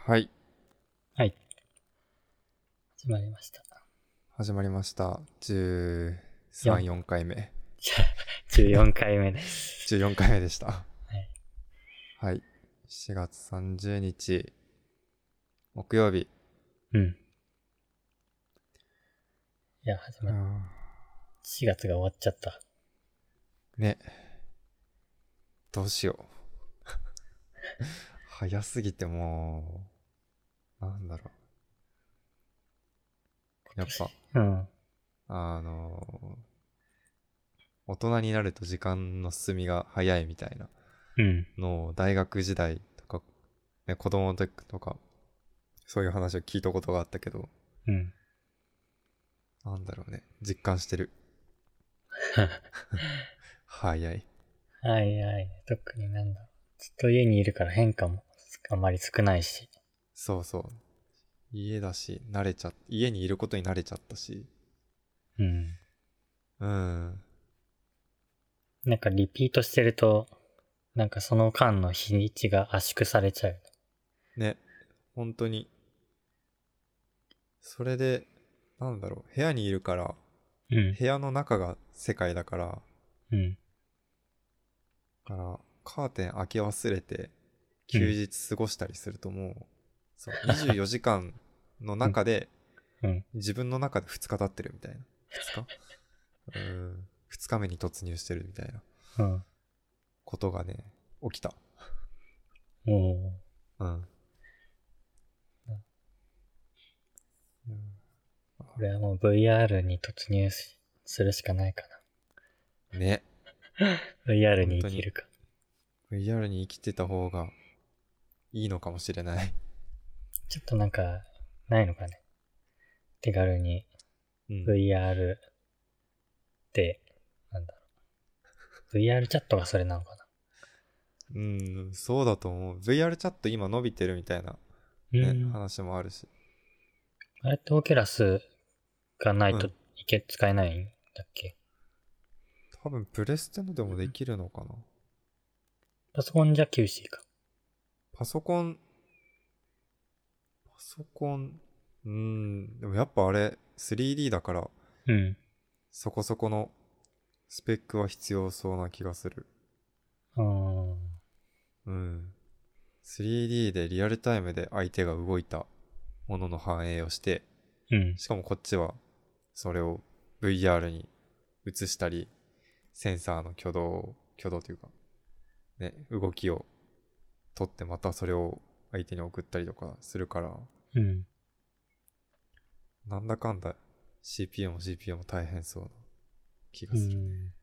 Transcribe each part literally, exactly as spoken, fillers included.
はい。 はい。始まりました。 始まりました。じゅうさん、よんかいめ。 じゅうよんかいめです。 じゅうよんかいめでした。 はい。 はい。しがつさんじゅうにち、木曜日。 うん。いや、始まっ、しがつが終わっちゃった。 ね。どうしよう。早すぎてもう、なんだろう。やっぱ、 うん。 あのー、大人になると時間の進みが早いみたいなうん。 のを大学時代とか、ね、子供の時とか、そういう話を聞いたことがあったけど、 うん。 なんだろうね。実感してる。早い。 はいはい。特になんだろう。ずっと家にいるから変化もあんまり少ないし。 そうそう。家だし、慣れちゃ、家にいることに慣れちゃったし。 うん。 うん。 なんかリピートしてると、なんかその間の日にちが圧縮されちゃう。 ね。本当に。それで、なんだろう。部屋にいるから、 うん。 部屋の中が世界だから、 うん。 だから、カーテン開け忘れて、休うん。 日過ごしたりするともう、そう、にじゅうよじかんのうん。 中で、 うん。 自分の中でふつか経ってるみたいな。ふつかうん。ふつかめに突入してるみたいなうん。 ことがね、起きた。 おー。 うん。 これはもう ブイアール に突入しするしかないかね。 な。ブイアール に本当に生きるか。 ブイアール に生きてた方がいいのかもしれない。 ちょっとなんか、ないのかね。手軽にうん。 ブイアール で、なんだろう。ブイアール チャットがそれなのかうん、そうだと思う。ブイアール チャット今伸びてるみたいな、 な。うね、 ーん。 話もあるし。 あれってオケラスがないとうん。 いけ、使えないんだっけ？ 多分プレステのでもできるのかな。 パソコンじゃ キューシー か。 パソコン、パソコン、うーん、でもやっぱあれ スリーディー だから、 うん。 そこそこのスペックは必要そうな気がする。 あー。 うん。スリーディー でリアルタイムで相手が動いたものの反映をして、 うん。 しかもこっちはそれを ブイアール に移したり、センサーの挙動を、挙動というか、ね、動きを取ってまたそれを相手に送ったりとかするから、 うん。 なんだかんだ シーピーユー も ジーピーユー も大変そうな気がうするね。 ん。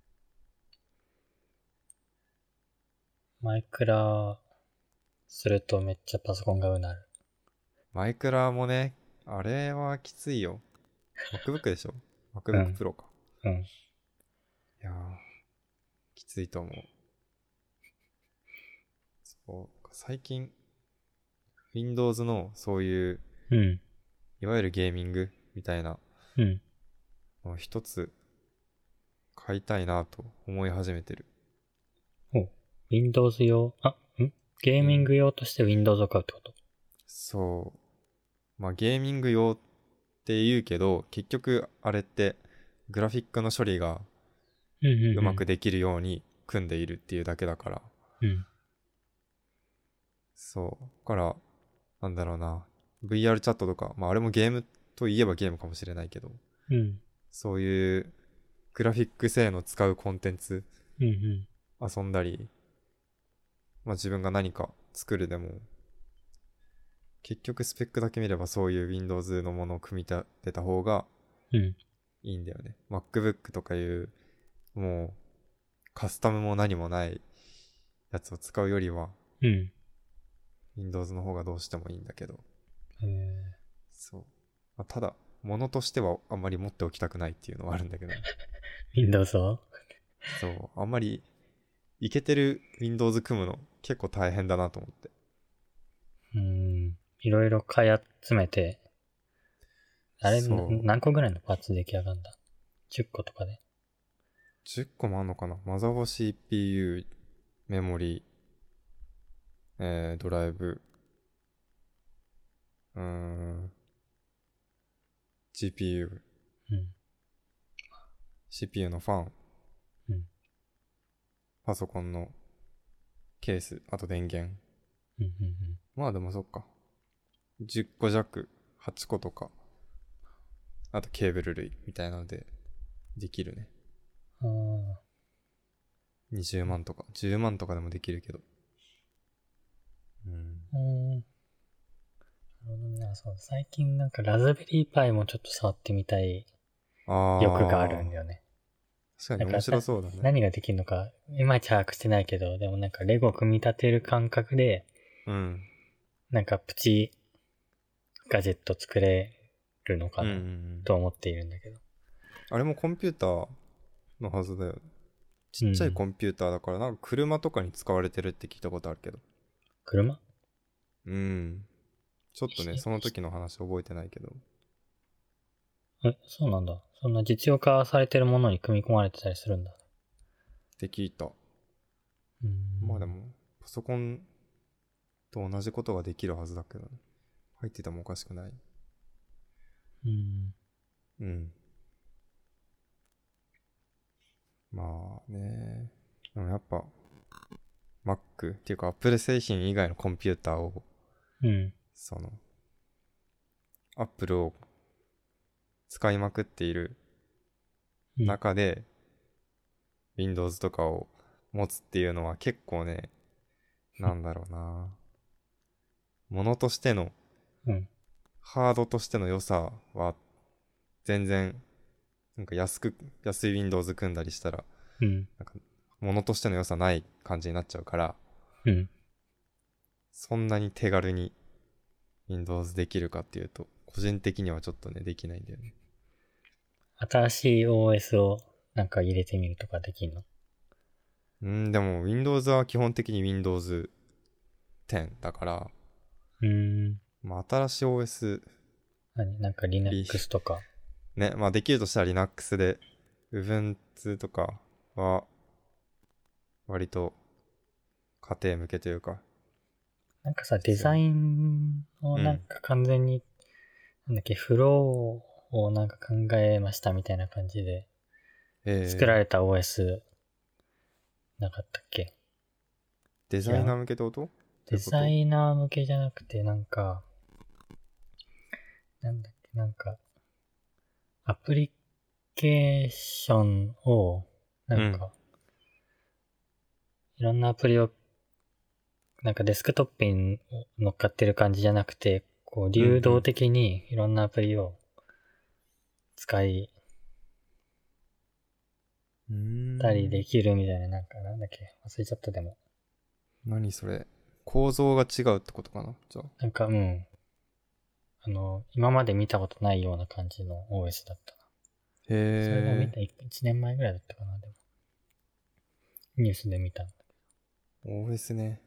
マイクラするとめっちゃパソコンがうなる。 マイクラもね、あれはきついよ。MacBook でしょ？ う MacBook ん。 Pro か。 うん。 いやー、きついと思う。そう、最近 Windows のそういううん。 いわゆるゲーミングみたいなうん。 のを一つ買いたいなと思い始めてる。 お、Windows 用、あ、んゲーミング用として Windows を買うってこと？ そう。まあゲーミング用って言うけど、結局あれってグラフィックの処理がうんうんうまくうん。 できるように組んでいるっていうだけだから。 うん。 そう。だから、なんだろうな。ブイアール チャットとか、まああれもゲームといえばゲームかもしれないけど、 うん。 そういうグラフィック性能使うコンテンツうんうん。 遊んだり、まあ自分が何か作るでも、結局スペックだけ見ればそういう Windows のものを組み立てた方がうん。 いいんだよね。MacBook とかいうもうカスタムも何もないやつを使うよりはうん。 Windows の方がどうしてもいいんだけど、 えー、 そう。まあ、ただ、物としてはあんまり持っておきたくないっていうのはあるんだけどね。 Windows をそう。あんまりイケてる Windows 組むの結構大変だなと思って。 うーん。いろいろ買い集めて、あれ、なそう。 何個ぐらいのパーツ出来上がるんだ？ じゅっ 個とかで。 じゅっこもあんのかな。マザボ シーピーユー、メモリー、えー、ドライブ、 うーん。ジーピーユー、 うん。 シーピーユー のファン、 うん。 パソコンのケース、あと電源。 うん。うん。 まあでもそっか。じゅっこ弱、はちことか。あとケーブル類みたいなのでできるね。 うん。ああ。 にじゅうまんとか。じゅうまんとかでもできるけど。うん。 うん。なるほどね。そう、最近なんかラズベリーパイもちょっと触ってみたい欲があるんだあよね。 ー。確かなんかに面白そうだね。 何ができるのか、いまいち把握してないけど、でもなんかレゴ組み立てる感覚で、 うん。 なんかプチガジェット作れるのかうんうんうな、 ん。 と思っているんだけど。 あれもコンピューターのはずだよね。ちっちゃいうん。 コンピューターだから、なんか車とかに使われてるって聞いたことあるけど。 車うん。ちょっとね、 ひその時の話覚えてないけど。 え、そうなんだ。そんな実用化されてるものに組み込まれてたりするんだ。 って聞いた。 うーん。 まあでも、パソコンと同じことができるはずだけどね。入っててもおかしくない。 うん。 うん。まあね。でもやっぱ、Mac っていうか Apple 製品以外のコンピューターを、 うん。 その、Apple を使いまくっているうん。 中で、Windows とかを持つっていうのは結構ね、なんだろうな。ものとしての、 うん。 ハードとしての良さは、全然、なんか安く、安い Windows 組んだりしたら、 うん。 なんか、ものとしての良さない感じになっちゃうから、 うん。 そんなに手軽に Windows できるかっていうと、個人的にはちょっとね、できないんだよね。 新しい オーエス をなんか入れてみるとかできんの？ うん、でも Windows は基本的に Windows テンだから、 うーん。 まあ新しい オーエス、 何なんかリ Linux とか。 ね、まあできるとしたら Linux で、Ubuntu とかは、割と家庭向けというか、 なんかさ、デそう。 ザインをうん。 なんか完全に、なんだっけ、フローをなんか考えましたみたいな感じで作らえー、 れた オーエス なかったっけ？知らん？ デザイナー向けってことどうデいうこと？ ザイナー向けじゃなくて、なんか、なんだっけ、なんか、アプリケーションを、なうん。 んか、いろんなアプリを、なんかデスクトップに乗っかってる感じじゃなくて、こう、 うんう流動ん。 的にいろんなアプリを使いうーたりでん。 きるみたいな、なんか、なんだっけ、忘れちゃったでも。 何それ。構造が違うってことかなじゃあ。 なんか、うん。あの、今まで見たことないような感じの オーエス だったな。それも見へた、いちねんまえぐらいだったかな、でも。ニュースで見た。 ー。オーエス ね。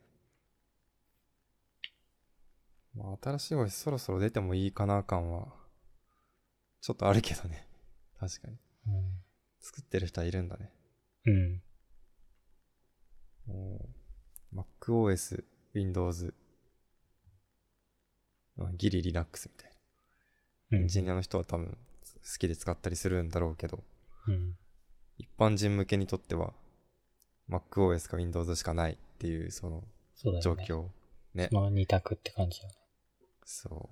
まあ新しい オーエス そろそろ出てもいいかな感は、ちょっとあるけどね。確かに。作ってる人はいるんだね。 うん。うん。 おー MacOS、Windows、ギリ Linux みたいな。エンジニうん。 アの人は多分好きで使ったりするんだろうけど、 うん。 一般人向けにとっては MacOS か Windows しかないっていうそのそうだよね。 状況。ね。 その二択って感じよね。 そう。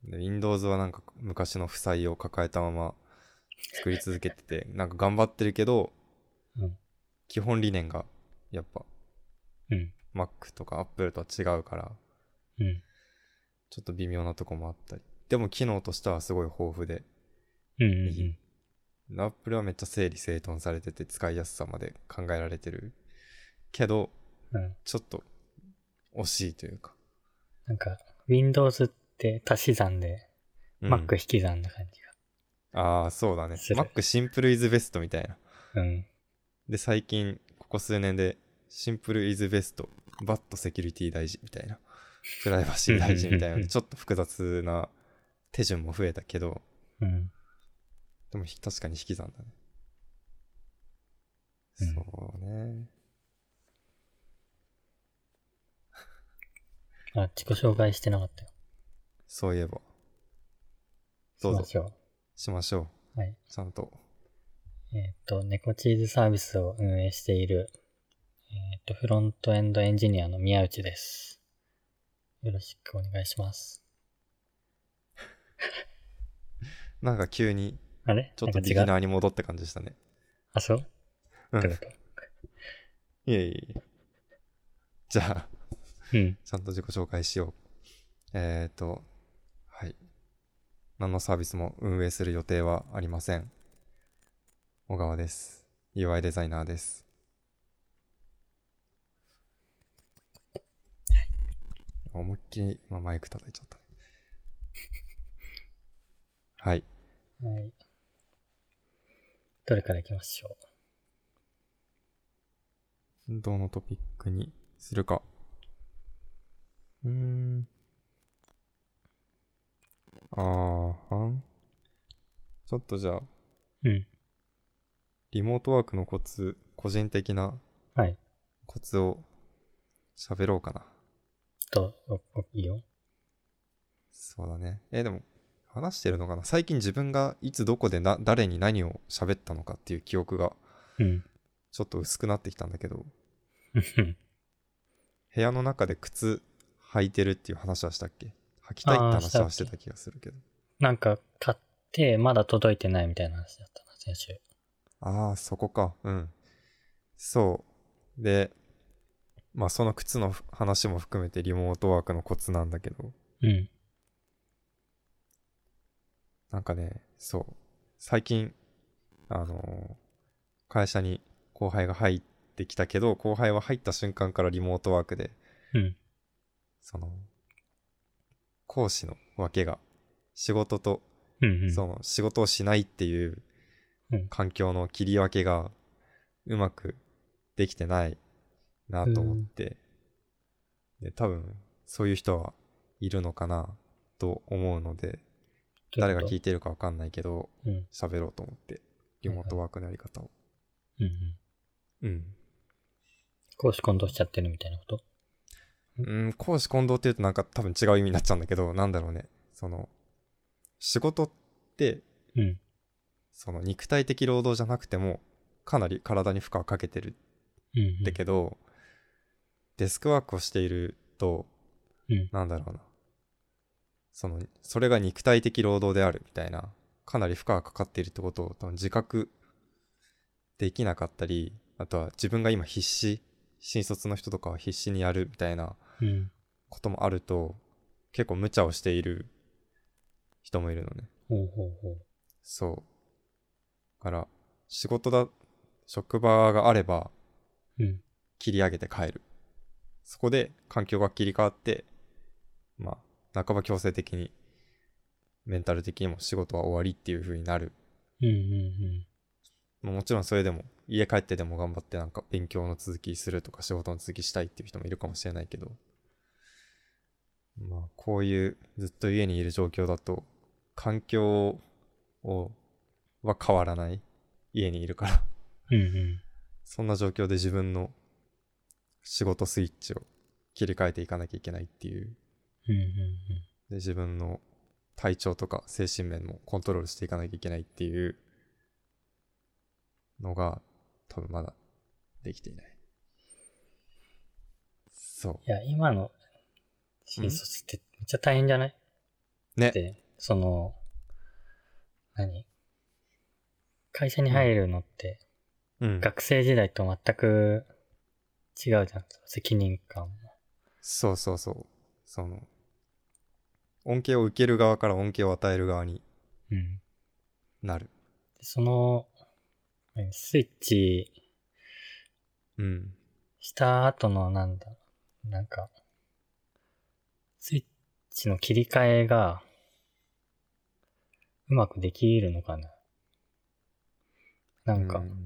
で、Windows はなんか昔の負債を抱えたまま作り続けてて、なんか頑張ってるけど、 うん。 基本理念がやっぱうん。 Mac とか Apple とは違うから、 うん。 ちょっと微妙なとこもあったり。でも機能としてはすごい豊富でうん。ういい。 ん。 Apple はめっちゃ整理整頓されてて使いやすさまで考えられてるけど、 うん。 ちょっと惜しいというか。 なんか、Windows って足し算で、 うん。 Mac 引き算な感じがああ、そうだね。 する。 Mac シンプルイズベストみたいな。 うん。 で、最近、ここ数年で、シンプルイズベスト、バットセキュリティ大事みたいな。プライバシー大事みたいなので、ちょっと複雑な手順も増えたけど、 うん。 でも確かに引き算だね。 うん。 そうね。 あ、自己紹介してなかったよ。 そういえば。 しどうぞ。 ましょしましょう。はい。 う。ちゃんと。 えっと、猫チーズサービスを運営している、えっと、フロントエンドエンジニアの宮内です。よろしくお願いします。 なんか急に、 あれちょっとなんか違うビギナーに戻った感じでしたね。 あ、そううん。 ってこといえいえいえ。じゃあ、 うん。 ちゃんと自己紹介しよう。えっと、はい。何のサービスも運営する予定はありません。小川です。ユーアイ デザイナーです。思いっきり、まあ、マイク叩いちゃった。はい。 はい。どれから行きましょどのトピックにするか。うーん。あーはん。ちょっとじゃあ、 う。うん。 リモートワークのコツ、個人的なはい。 コツを喋ろうかな。 と、おおいいよ。 そうだね。えーでも、話してるのかな、最近自分がいつどこでな、誰に何を喋ったのかっていう記憶がうん。 ちょっと薄くなってきたんだけど、 うん部屋の中で靴履いてるっていう話はしたっけ？履きたいってああ、したっけ話はしてた気がするけど。 なんか、買って、まだ届いてないみたいな話だったな、先週。 ああ、そこか。うん。そう。で、まあその靴の話も含めてリモートワークのコツなんだけど、 うん。 なんかね、そう。最近、あのー会社に後輩が入ってきたけど、後輩は入った瞬間からリモートワークで、 うん。 その、講師の分けが、仕事と、 うん。 その仕事をしないっていううん。 環境の切り分けがうまくできてないなと思っうん。 て、で、多分そういう人はいるのかなと思うので、誰がどういうこと聞いてるかわかんないけど、 うん。 喋ろうと思って、リモートワークのやり方を。 うん。うん。 うん。 公私混同しちゃってるみたいなことうん、公私混同って言うとなんか多分違う意味になっちゃうんだけど、なんだろうね。その、仕事って、 うん。 その肉体的労働じゃなくても、かなり体に負荷をかけてるうん。 だけど、デスクワークをしていると、 うん。 なんだろうな。その、それが肉体的労働であるみたいな、かなり負荷がかかっているってことを多分自覚できなかったり、あとは自分が今必死、新卒の人とかは必死にやるみたいなうん。 こともあると、結構無茶をしている人もいるのね。 ほうほうほう。 そう。だから、仕事だ、職場があればうん。 切り上げて帰る。そこで環境が切り替わって、まあ、半ば強制的に、メンタル的にも仕事は終わりっていう風になる。 うん。うん。 まあもちろんそれでも、家帰ってでも頑張ってなんか勉強の続きするとか仕事の続きしたいっていう人もいるかもしれないけど、まあ、こういうずっと家にいる状況だと、環境を、は変わらない。家にいるから。 うん。うん。 そんな状況で自分の仕事スイッチを切り替えていかなきゃいけないっていう。 うん。うん。 で、自分の体調とか精神面もコントロールしていかなきゃいけないっていうのが多分まだできていない。そいや、今の新卒ってめっちゃ大変じゃないう。ね。 で、その、何会社にうん。 入るのって、 うん。 学生時代と全く違うじゃん。責任感も。 そうそうそう。その、恩恵を受ける側から恩恵を与える側にうん。 なる。 でその、何スイッチうん。 した後のなんだ、なんか、スイッチの切り替えがうまくできるのかな。なんか、 うん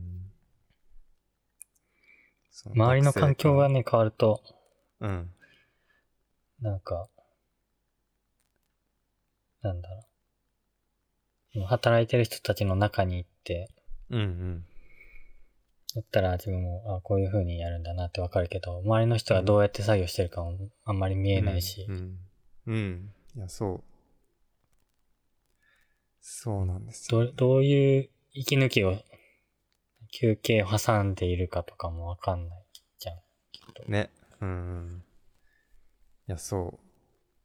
その周りの学生から環境がね、変わると、 うん。 なんか、なんだろう。働いてる人たちの中に行って、 うんうん。 だったら自分も、あこういう風にやるんだなってわかるけど、周りの人がどうやって作業してるかもあんまり見えないし、 うん。うん。うんいや、そう。そうなんですよ。 どどういう息抜きを、休憩を挟んでいるかとかもわかんないじゃん。きっと。 ね。うん。いや、そう。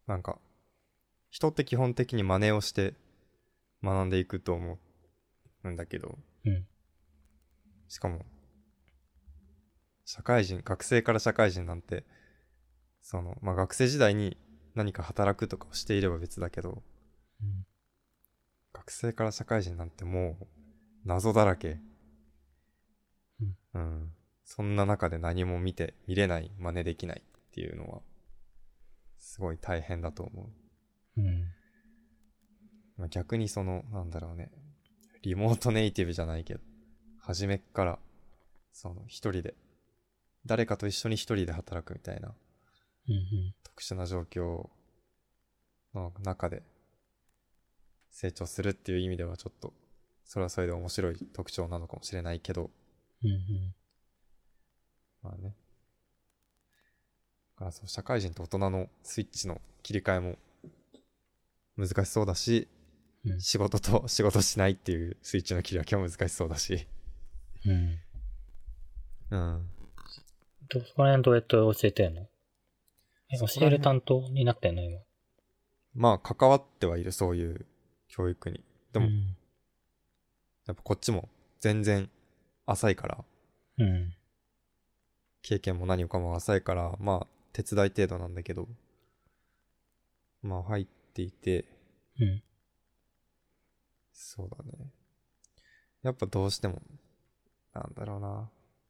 なんか、人って基本的に真似をして学んでいくと思うんだけど、 うん。 しかも、社会人、学生から社会人なんて、その、まあ、学生時代に何か働くとかをしていれば別だけど、 うん。 学生から社会人なんてもう、謎だらけ。 うん。 うん。そんな中で何も見て、見れない、真似できないっていうのは、すごい大変だと思う。 うん。 まあ、逆にその、なんだろうね、リモートネイティブじゃないけど、初めっから、その、一人で、誰かと一緒に一人で働くみたいな、 うん。 特殊な状況の中で、成長するっていう意味ではちょっと、それはそれで面白い特徴なのかもしれないけど、 うん。うん。 まあね。だからそう、社会人と大人のスイッチの切り替えも難しそうだし、 うん。 仕事と仕事しないっていうスイッチの切り分けも難しそうだし。 うん。 うん。 どそこら辺どうやって教えてんの？え、教えるそこら辺担当になってんの今？ まあ、関わってはいる、そういう教育に。でも、 うん。 やっぱこっちも全然浅いから、 うん。 経験も何もかも浅いから、まあ、手伝い程度なんだけど、まあ、入っていて、 うん。 そうだね。やっぱどうしても、なんだろうな。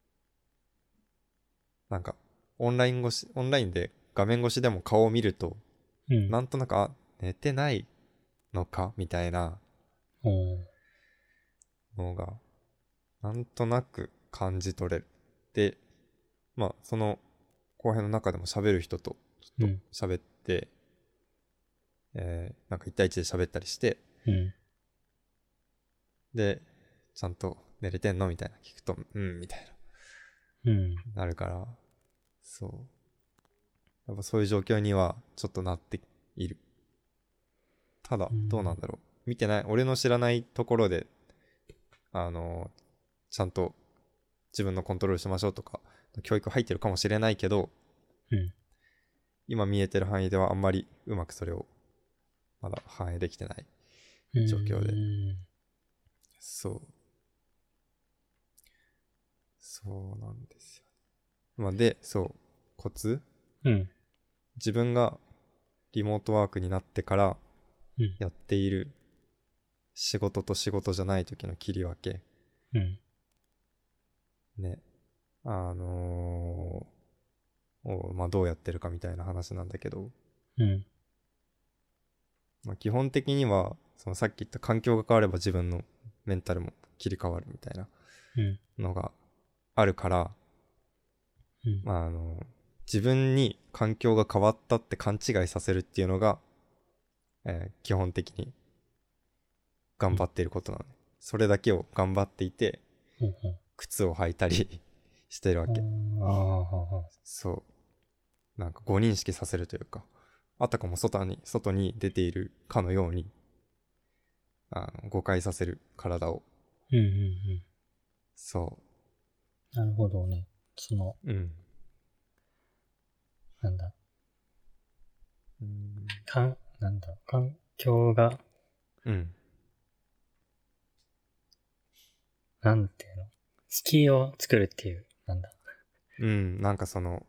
なんか、オンライン越し、オンラインで画面越しでも顔を見ると、 うん。 なんとなく、あ、寝てないのかみたいなおー。 のが、なんとなく感じ取れる。で、まあ、その後編の中でも喋る人とちょっとうん。 喋って、えー、なんか一対一で喋ったりして、 うん。 で、ちゃんと寝れてんのみたいな聞くと、うん、みたいうん。 な、なるから、そう。やっぱそういう状況にはちょっとなっている。ただ、 うん。 どうなんだろう。見てない、俺の知らないところで、あのーちゃんと自分のコントロールしましょうとか、教育入ってるかもしれないけど、 うん。 今見えてる範囲ではあんまりうまくそれをまだ反映できてない状況で。そう。そうなんですよ。まあ、で、そう、コツうん。 自分がリモートワークになってからうん。 やっている仕事と仕事じゃない時の切り分け。 うん。 ね。あのー、をまあ、どうやってるかみたいな話なんだけど、 うん。 まあ、基本的には、そのさっき言った環境が変われば自分のメンタルも切り替わるみたいなうん。 のがあるから、 うん。 まあ、あの、自分に環境が変わったって勘違いさせるっていうのが、えー基本的に頑張っていることなのね。それだけを頑張っていて、 うん。 靴を履いたりしてるわけ。 ああ。 そう。なんか誤認識させるというか、あたかも外に、外に出ているかのように、あの誤解させる体を。 うん。うん。うん。 そなるほどね。その、 う。うん。 なんだ。 うんかん、なんだ。環境が、 うん。 なんていうの。敷居を作るっていう、なんだ。 うん。なんかその、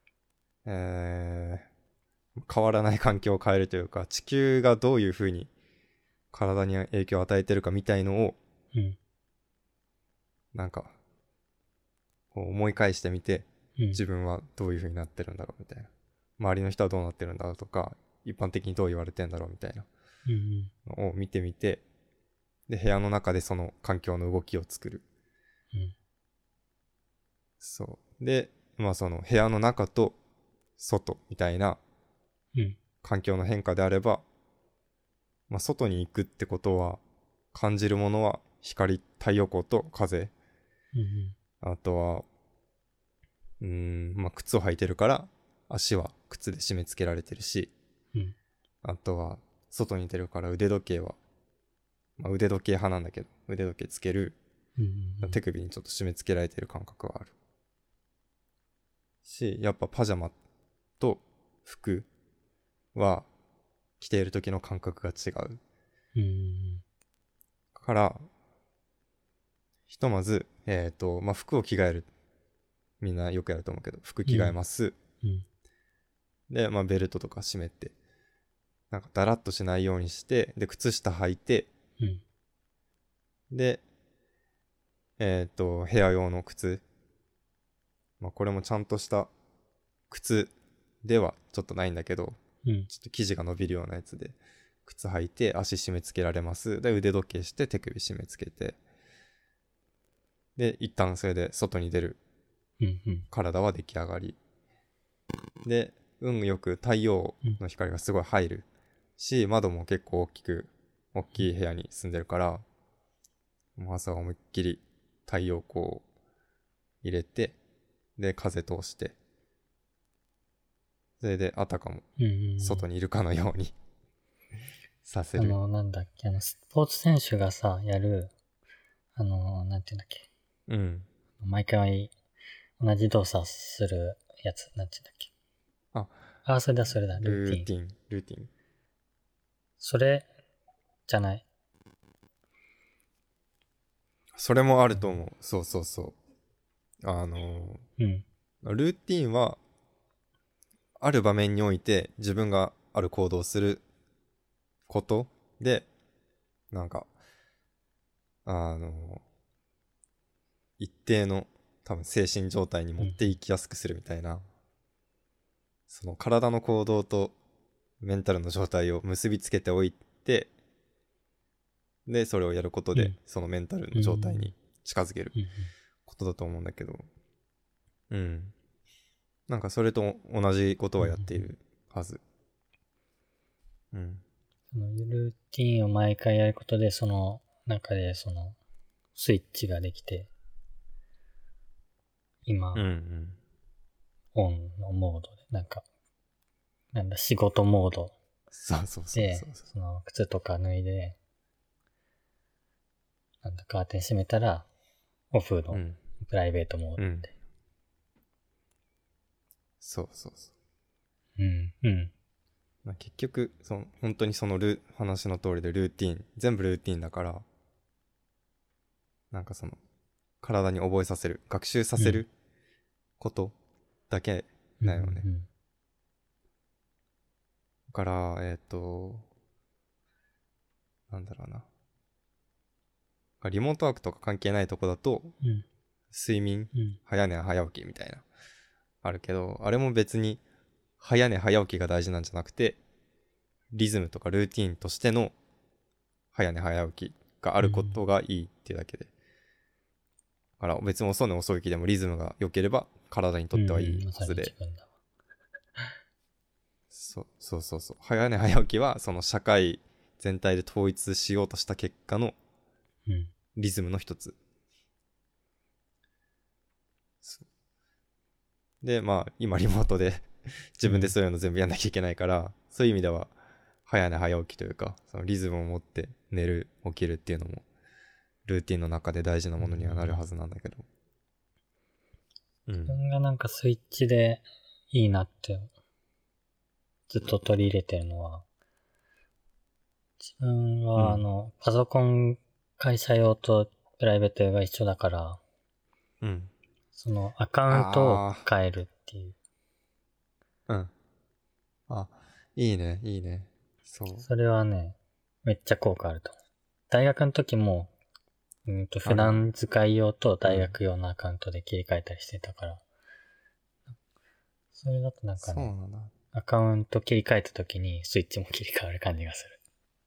えー、変わらない環境を変えるというか、地球がどういうふうに体に影響を与えてるかみたいのを、 うん。 なんか、こう思い返してみて、 うん。 自分はどういうふうになってるんだろうみたいな。周りの人はどうなってるんだろうとか、一般的にどう言われてんだろうみたいなうん。 のを見てみて、で、部屋の中でその環境の動きを作る。 うん。 そう。で、まあその部屋の中と外みたいなうん。 環境の変化であれば、まあ外に行くってことは、感じるものは光、太陽光と風。 うん。 あとは、うーん、まあ靴を履いてるから、足は靴で締め付けられてるし、 うん。 あとは外に出るから腕時計は、まあ、腕時計派なんだけど腕時計つける、 うんうん、 手首にちょっと締め付けられてる感覚はあるし、やっぱパジャマと服は着ている時の感覚が違ううん、 から、ひとまず、えっと、まあ、服を着替える。みんなよくやると思うけど、服着替えます。 うん、 で、まあ、ベルトとか締めて、なんかダラッとしないようにして、で、靴下履いて、 うん、 で、えっと、部屋用の靴。まあ、これもちゃんとした靴ではちょっとないんだけど、 うん、 ちょっと生地が伸びるようなやつで、靴履いて足締め付けられます。で、腕時計して手首締め付けて、で、一旦それで外に出るうん、うん、 体は出来上がり。で、運よく太陽の光がすごい入るし、窓も結構大きく、大きい部屋に住んでるから、もう朝は思いっきり太陽光を入れて、で、風通して、それであたかもうん。 外にいるかのようにさせる。 あの、なんだっけ、あの、スポーツ選手がさ、やる、あの、なんていうんだっけ。 うん。 毎回同じ動作するやつ、なんていうんだっけ。 あ、 あ、それだ、それだ、ルーティン。 ルーティン、ルーティン。 それ、じゃない。 それもあると思う。そうそうそう。あのうん。 ー、ルーティンは、ある場面において自分がある行動をすることで、なんか、あの、一定の多分精神状態に持っていきやすくするみたいな、その体の行動とメンタルの状態を結びつけておいて、で、それをやることで、 うん。 そのメンタルうん。 の状態に近づけるうん。 ことだと思うんだけど、うん。なんかそれと同じことはやっているはず。うん。 そのルーティンを毎回やることで、その中でそのスイッチができて、今、 うんうん。 オンのモードで、なんか、なんだ、仕事モードそうそうそうでそうそ、 その靴とか脱いで、なんだ、カーテン閉めたら、オフう。うのん。 プライベートモードうん。 で。 そうそうそうん、うん、 う。まあ、結局、その、本当にそのル、話の通りでルーティン、全部ルーティンだから、なんかその、体に覚えさせる、学習させることだけうん、 だよね。 うん、 だから、えっと、なんだろうな。リモートワークとか関係ないとこだと、 うん、 睡眠、 うん、 早寝早起きみたいな、あるけど、あれも別に、早寝早起きが大事なんじゃなくて、リズムとかルーティンとしての早寝早起きがあることがいいっていうだけで。だから別に遅寝遅起きでもリズムが良ければ体にとってはいいうん、まさにはずで。 自分だわ。 そうそうそうそう。早寝早起きはその社会全体で統一しようとした結果のうん、 リズムの一つ。で、まあ今リモートで自分でそういうの全部やんなきゃいけないから、そういう意味では早寝早起きというか、そのリズムを持って寝る、起きるっていうのもルーティンの中で大事なものにはなるはずなんだけど。うん。 自分がなんかスイッチでいいなってずっと取り入れてるのは、自分はあうん。 の、パソコン会社用とプライベート用が一緒だから、 うん。 そのアカウントをあ変えるっていう。 あ。うん。あ、いいね、いいね。そう。 それはね、めっちゃ効果あると思う。大学の時も、うんと普あるある。 段使い用と大うん。 学用のアカウントで切り替えたりしてたから、それだとなんかね、 そうなんだ。 アカウント切り替えた時にスイッチも切り替わる感じがする。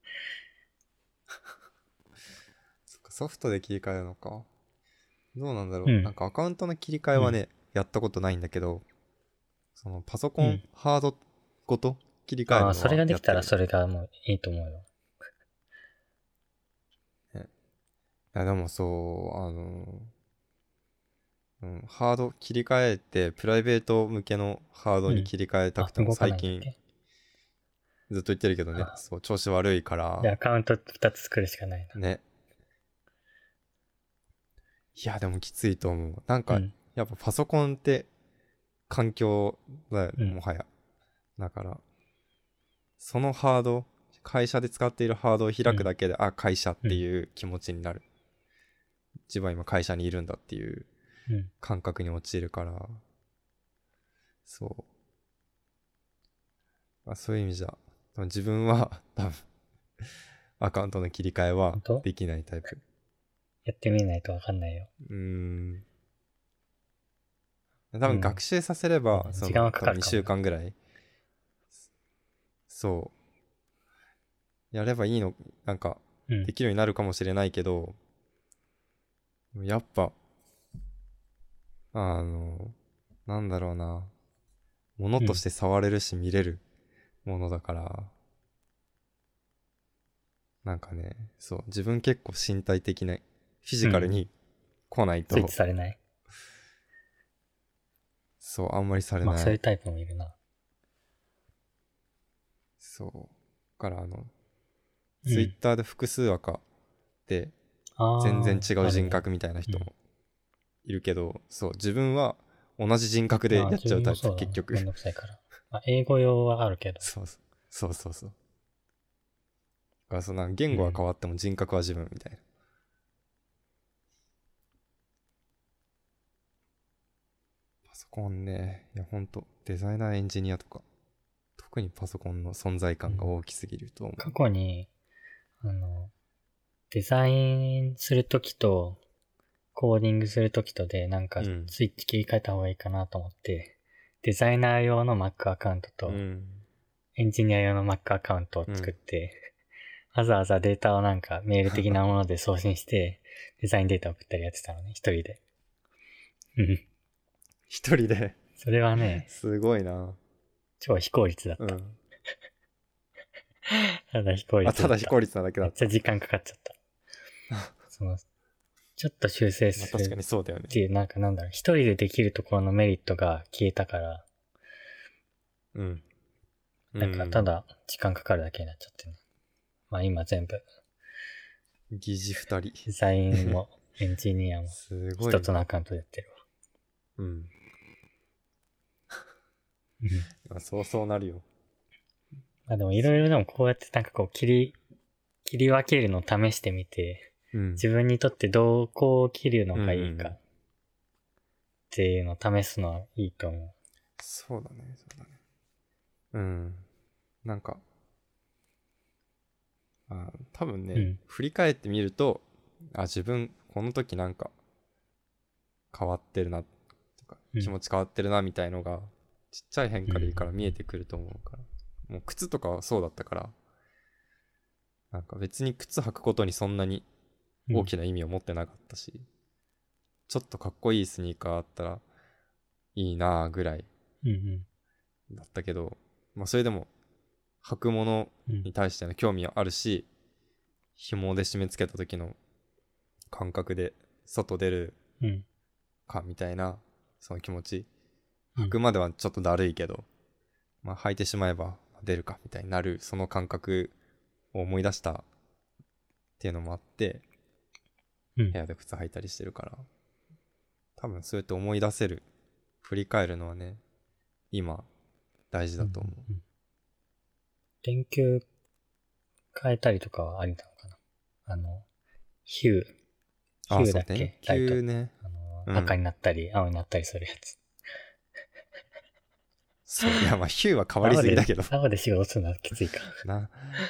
そっか、ソフトで切り替えるのか。どうなんだろう。なんうん。 かアカウントの切り替えうん。 はね、やったことないんだけど、そのパソコン、 うん。 ハードごと切り替えああ、 るのそれができたはやってる。 らそれがもういいと思うよ。 ね、いや、でもそう、あのうん、ハード切り替えて、プライベート向けのハードうん。 に切り替えたくあ、 ても動か最近、 ないんだっけ？ ずっと言ってるけどね、 あそう、調子悪いかで、 ら、 アカウントふたつ作るしかないな。 ね。いや、でもきついと思う。なんか、 うん。 やっぱパソコンって環境だよね、 うんもはや。だから、そのハード、会社で使っているハードを開くだけで、あ、会社っていう気持ちになる。自分は今会社にいるんだっていううん。 感覚に陥るから、そう。あ、そういう意味じゃ、多分自分は多分アカウントの切り替えは本当できないタイプ。 やってみないとわかんないよ。 うーん。多うん分学習させれば、そ時間の、多分はかかるかもねにしゅうかんぐらい、そう。やればいいの、なんか、 うんで。きるようになるかもしれないけど、やっぱ、あの、なんだろうな。ものとして触れるし見れるものだから、なんかね、そう、自分結構身体的な、フィジカルに来ないと、 スイッチされない。 そう、あんまりされまあない。 そういうタイプもいるな。 そう。だからあの、 うんツイッターで複数赤で、 ああ。 全然違う人あ格みたいな人るねもいるけど、そう、自分は同じ人格であーやっちゃうタイプ、 自分もそうだな結局。 めんどくさいから。まあ、英語用はあるけど。 そうそう。そうそうそう。だからその言語は変わっても人格は自分みたいな。パソコンね、いやほんと、デザイナーエンジニアとか、特にパソコンの存在感が大きすぎると思う。 過去に、あの、デザインするときと、コーディングするときとで、なんかうんスイッチ切り替えた方がいいかなと思って、デザイナー用の Mac アカウントと、 うん。 エンジニア用の Mac アカウントを作って、わざわざデータをなんかメール的なもので送信して、デザインデータ送ったりやってたのね、一人で。うん一人で、 それはね、 すごいな。 超非効率だった。 うん。 ただ非効率だあ、 った。 ただ非効率なだけだめっ。 ったちゃ時間かかっちゃった。その、ちょっと修正すまあ確かるにそうだよねっ。ていう、なんかなんだろう、一人でできるところのメリットが消えたから、 うん。 なんかただ時間かかるだけになっちゃってね。まあ今全部、 疑似二人。 デザインもエンジニアもすごい。 一つのアカウントでやってるわ。 うん。 うんまあそうそうなるよ。 まあでもいろいろでもこうやってなんかこう切り、切り分けるのを試してみて、 うん。 自分にとってどこを切るのがいいうんうんうんかっていうのを試すのはいいと思う。 そうだね、そうだね。うん。なんか、あ多分ね、 うん振り返ってみると、あ、自分、この時なんか、変わってるな、とか、 うん気持ち変わってるな、みたいのが、ちっちゃい変化でいいから見えてくると思うから。もう靴とかはそうだったから、なんか別に靴履くことにそんなに大きな意味を持ってなかったし、ちょっとかっこいいスニーカーあったらいいなぁぐらいうんうんだったけど、まあそれでも履くものうんに対しての興味はあるし、紐で締め付けた時の感覚で外出るうんかみたいなその気持ち、 うん履くまではちょっとだるいけど、まあ履いてしまえば出るかみたいになるその感覚を思い出したっていうのもあってうん部屋で靴履いたりしてるから、多分そうやって思い出せる、振り返るのはね今大事だと思う。 うんうん電球変えたりとかはありなのかな。あの、ヒュー。ヒあューだっそう電けライト球。ね。 あの、 うん赤になったり、青になったりするやつ。 そういやまあヒューは変わりすぎだけど青で青で仕事するのはきついか。 な。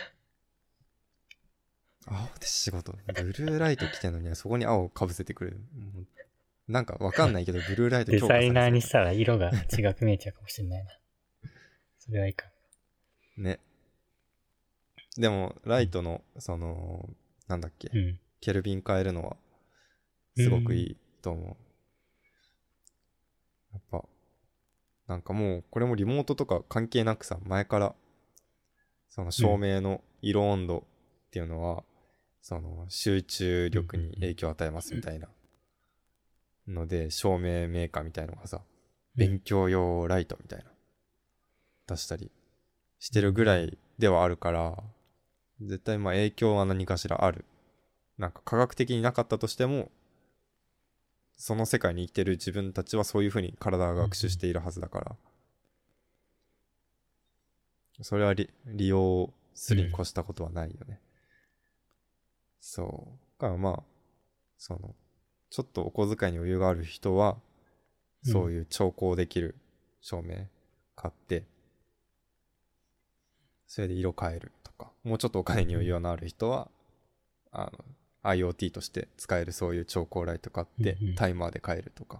青で仕事、ブルーライト来てんのにそこに青かぶせてくる。もうなんかわかんないけどブルーライトデ強化されそうザイナーにしたら色が違く見えちゃうかもしれないな。それはいいか。 ね。でもライトのそのなんだっけ、 うん。 ケルビン変えるのはすごくいいと思う。やっぱなんかもうこれもリモートとか関係なくさ、前からその照明の色温度っていうのはその集中力に影響を与えますみたいなので、照明メーカーみたいのがさ、勉強用ライトみたいな出したりしてるぐらいではあるから、絶対まあ影響は何かしらある。なんか科学的になかったとしても、その世界に生きてる自分たちはそういうふうに体が学習しているはずだから、それは利利用するに越したことはないよね。そう。だからまあ、その、ちょっとお小遣いに余裕がある人は、そういう調光できる照明買って、それで色変えるとか、もうちょっとお金に余裕のある人は、あの、IoT として使えるそういう調光ライト買ってうんうんタイマーで変えるとか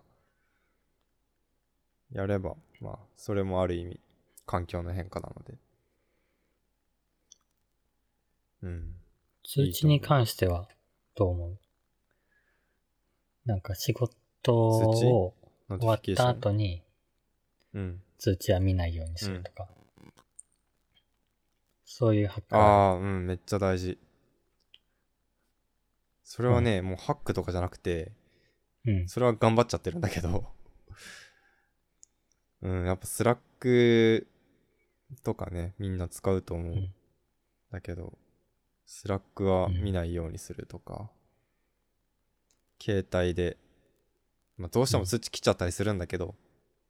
やれば、まあそれもある意味環境の変化なので、うん、 通知に関してはどう思う？なんか仕事をノテ終わったィフィケーション、 後にうん通知は見ないようにするとか、そういうハックあはある。 あうんめっちゃ大事。それはね、もうハックとかじゃなくて、 うん。 それは頑張っちゃってるんだけどうんやっぱスラックとかねみんな使うと思う、 うんだけどスラックは見ないようにするとか、携帯で、まあ、どうしても通知来ちゃったりするんだけど、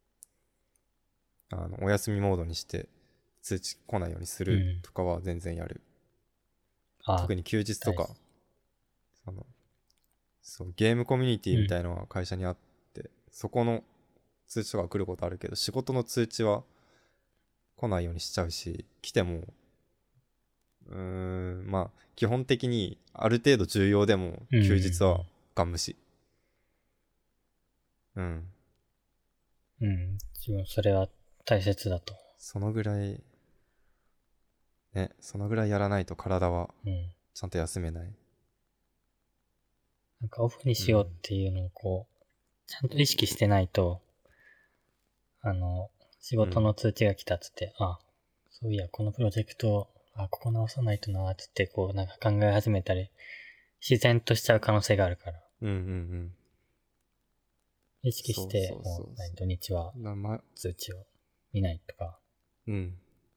あのお休みモードにして通知来ないようにするとかは全然やる、 あ特に休日とか大事そのそうゲームコミュニティみたいのが会社にあって、そこの通知とか来ることあるけど仕事の通知は来ないようにしちゃうし、来てもうーんまあ基本的にある程度重要でも休日はガン無視。うん。 うん。自分それは大切だと。 そのぐらいね、そのぐらいやらないと体はうん。 ちゃんと休めない。 なんかオフにしようっていうのをこう、ちゃんと意識してないと、あの、仕事の通知が来たっつって、うん、あ、そういや、このプロジェクト、あ、ここ直さないとなーっつって、こう、なんか考え始めたり、自然としちゃう可能性があるから。 うんうんうん。 意識して、 そうそうそうそうもう、何土日は通知を見ないとか。 うん。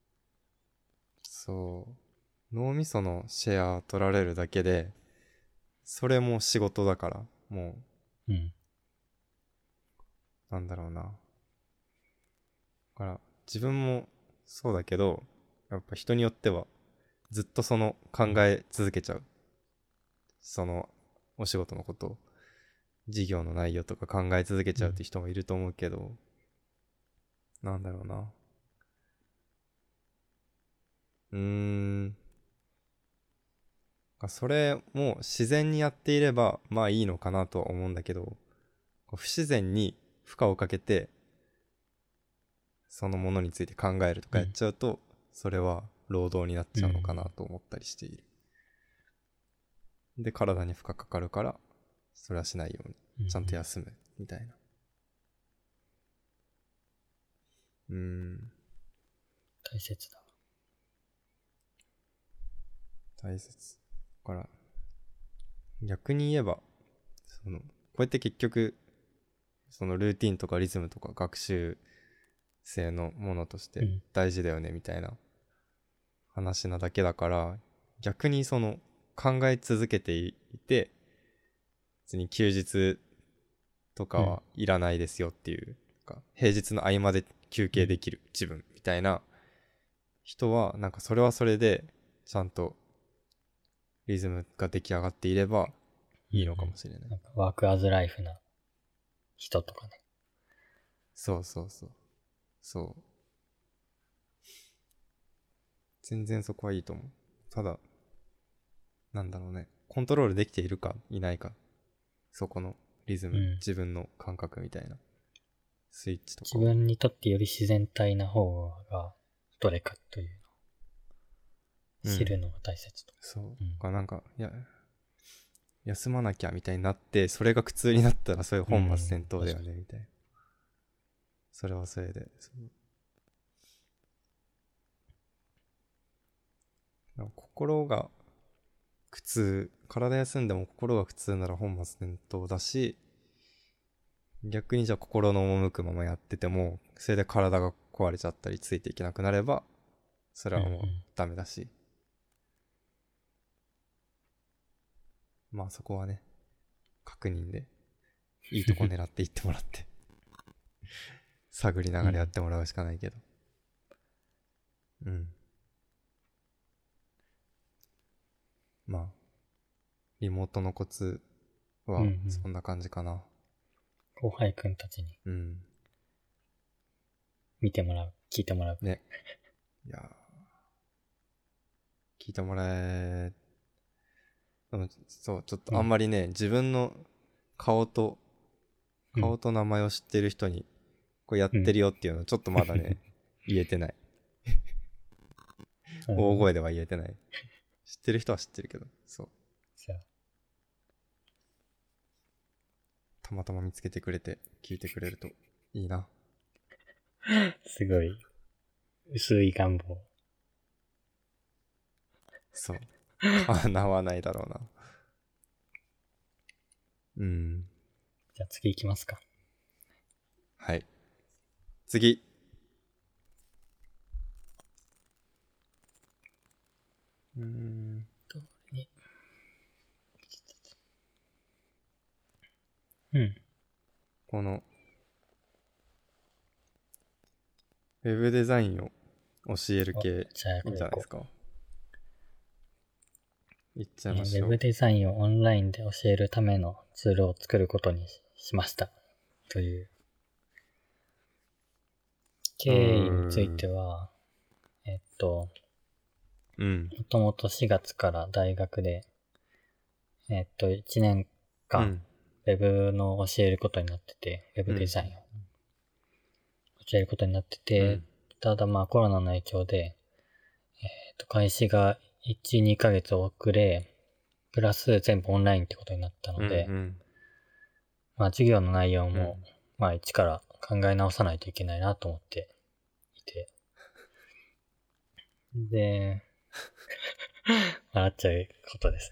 そう。脳みそのシェア取られるだけで、それも仕事だから、もう、うん。 なんだろうな。だから自分もそうだけど、やっぱ人によってはずっとその考え続けちゃう。そのお仕事のことを、事業の内容とか考え続けちゃうって人もいると思うけど、うん、なんだろうな。うーん。それも自然にやっていればまあいいのかなとは思うんだけど、不自然に負荷をかけてそのものについて考えるとかやっちゃうと、うん、それは労働になっちゃうのかなと思ったりしている、うん、で体に負荷かかるからそれはしないようにちゃんと休むみたいな。うーん大切だ。 大切だから逆に言えばそのこうやって結局そのルーティンとかリズムとか学習性のものとして大事だよねみたいな話なだけだから、うん、逆にその考え続けていて別に休日とかはいらないですよっていう、うん、か平日の合間で休憩できる自分みたいな人はなんかそれはそれでちゃんとリズムが出来上がっていればいいのかもしれない、うん、 なんかワークアズライフな人とかね。 そうそうそうそう全然そこはいいと思う。ただなんだろうね、コントロールできているかいないか、そこのリズム、うん、自分の感覚みたいなスイッチとか自分にとってより自然体な方がどれかというのを知るのが大切と、 うん、そう、うん、なんかいや休まなきゃみたいになってそれが苦痛になったらそれ本末転倒だよねみたいな、うん、それはそれでそう心が苦痛、体休んでも心が苦痛なら本末転倒だし、逆にじゃあ心の赴くままやっててもそれで体が壊れちゃったりついていけなくなればそれはもううんうんダメだし、まあそこはね、確認でいいとこ狙っていってもらって探りながらやってもらうしかないけど、うん、まあリモートのコツはうんうんそんな感じかな。 後輩くんたちにうん見てもらう、聞いてもらう。 ね、いやー聞いてもらえ、でもそうちょっとあんまりね、自分の顔とうん顔と名前を知ってる人にこうやってるよっていうのちょっとまだね言えてない、 うん大声では言えてない。知ってる人は知ってるけど、そうじゃあたまたま見つけてくれて聞いてくれるといいな。 すごい薄い願望。 そう叶わないだろうな。うん、 じゃあ次行きますか。 はい、次。うーんうん。 このウェブデザインを教える系じゃあいいんじゃないですか。いっちゃいえーウましょう。 ェブデザインをオンラインで教えるためのツールを作ることにしました。という経緯については、えっと、 うん。 もともとしがつから大学で、えっと、いちねんうかん、 ん。 ウェブの教えることになってて、ウェブデザインを教えることになってて、 うんただまあコロナの影響で、えっと、開始がいち、にかげつ遅れ、プラス全部オンラインってことになったので、 うんうんまあ授業の内容も、 うんまあ一から考え直さないといけないなと思っていて。で、笑っちゃうことです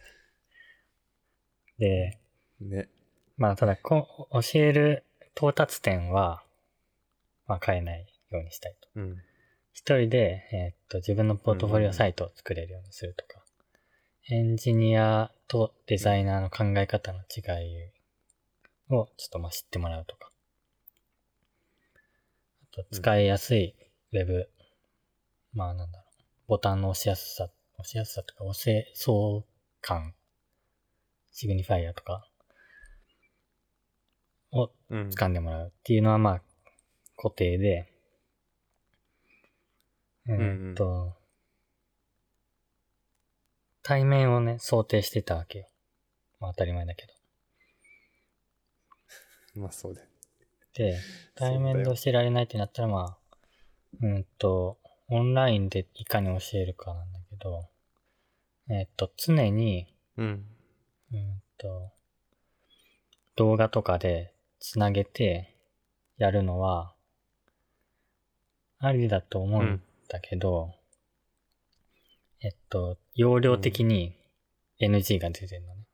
ね。で、 ね。 まあただこ、教える到達点は、まあ変えないようにしたいと。 うん。 一人で、えーっと、自分のポートフォリオサイトを作れるようにするとか、エンジニアとデザイナーの考え方の違いをちょっとまあ知ってもらうとか、あと使いやすいウェブ、まあなんだろう、ボタンの押しやすさ、押しやすさとか、押せそう感、シグニファイアとかをうん。 掴んでもらうっていうのはまあ固定で、えーっと、対面をね、想定してたわけよ。まあ当たり前だけど。 まあそうだよ。 で、対面で教えられないってなったらまあ、うんと、オンラインでいかに教えるかなんだけど、えっと、常に、 うん。 うんと、動画とかでつなげてやるのは、ありだと思うんだけど、えっと、容量的に エヌジー が出てるのね。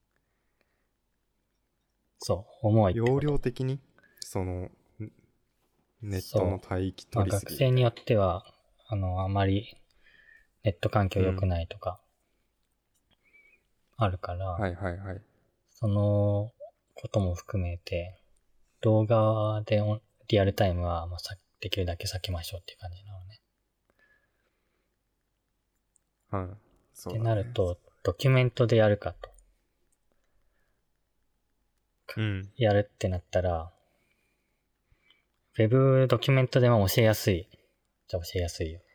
そう、重いってこと。 容量的にそのネットの帯域まあ、 取りすぎ学生によっては、あの、あまりネット環境良くないとか、あるから、 はいはいはい。 そのことも含めて、動画でオンリアルタイムは、まあ、さできるだけ避けましょうっていう感じなのね。 うん。そうってだね。 なると、ドキュメントでやるかと。 うん。 やるってなったら、ウェブドキュメントでも教えやすい。じゃあ教えやすいよね。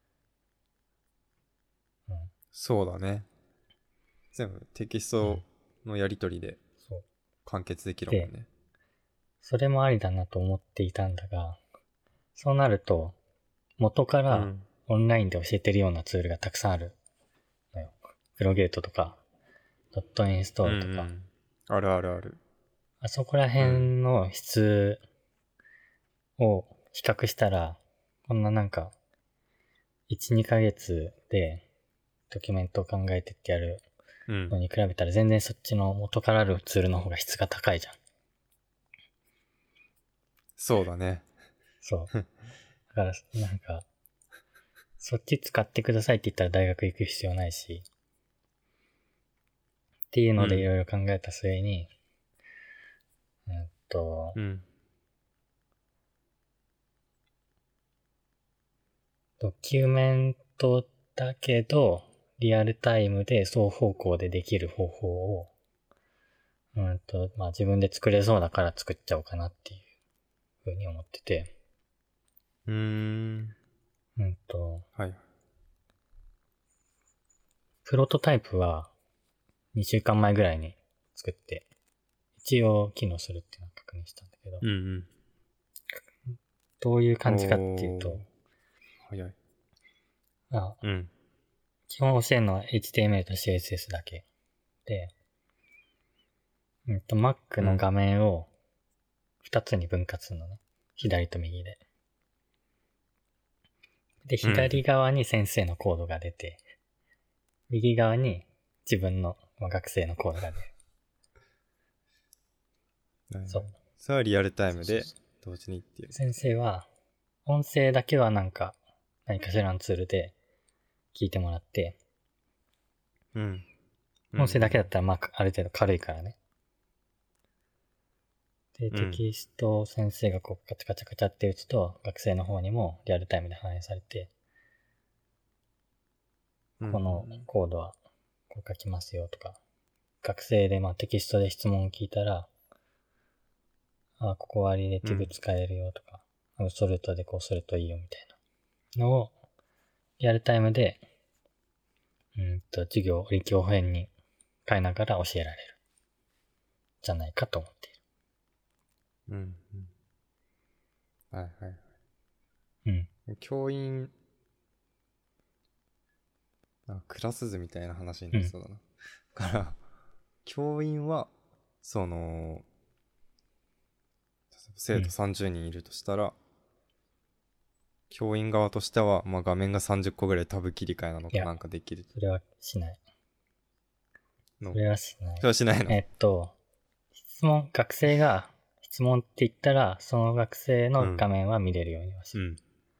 うん。 そうだね。全部テキストのやり取りでそう。 完結できるもんね。 それもありだなと思っていたんだが、そうなると、元からうん。 オンラインで教えてるようなツールがたくさんあるのよ。プロゲートとか、ドットインストールとか、 うんうんあるあるある。 あそこら辺の質を比較したら、こんななんか、いち、にかげつでドキュメントを考えてってやるうんの。に比べたら全然そっちの元からあるツールの方が質が高いじゃん。 そうだね。 そう。だから、なんか、 そっち使ってくださいって言ったら大学行く必要ないし、っていうのでいろいろ考えた末に、うん、うんと、 うん。 ドキュメントだけど、リアルタイムで双方向でできる方法を、うんと、まあ自分で作れそうだから作っちゃおうかなっていうふうに思ってて、 うーん。 うんと、 はい。 プロトタイプはにしゅうかんまえぐらいに作って、一応機能するっていうのを確認したんだけど、 うんどういううん。 感じかっていうと、 おー早い。 あ、 うん。 基本教えるのは エイチティーエムエル と シーエスエス だけで、うんと、Mac の画面をふたつに分割するのね。左と右で。で、左側に先生のコードが出て、右側に自分の、まあ、学生のコードが出る。 はいはいそう。 それはリアルタイムでそうそう同時にっていう。 先生は、音声だけはなんか、何かしらのツールで聞いてもらって、 うん。 音声だけだったら、まあ、ある程度軽いからね。で、 うんテキストを先生がこう、カチャカチャカチャって打つと、学生の方にもリアルタイムで反映されて、 うんこのコードはこう書きますよとか、学生でまあテキストで質問を聞いたら、あ、ここはリレーティブ使えるよとか、アブソルトでこうするといいよみたいなのを、リアルタイムで、うんと、授業、臨機応変に変えながら教えられる。じゃないかと思っていうんうん。はいはい。 る。うん。 教員、なんかクラス図みたいな話にうん。 なりそうだな。だから、教員は、その、生徒さんじゅうにんいるとしたら、教員側としては、まあ、画面がさんじゅっこぐらいタブ切り替えなのいやかなんかできるそれはしない。 の。 それはしないそれ。はしないの。 えっと、質問、学生が質問って言ったら、その学生の画面は見れるようにはしる。 うん。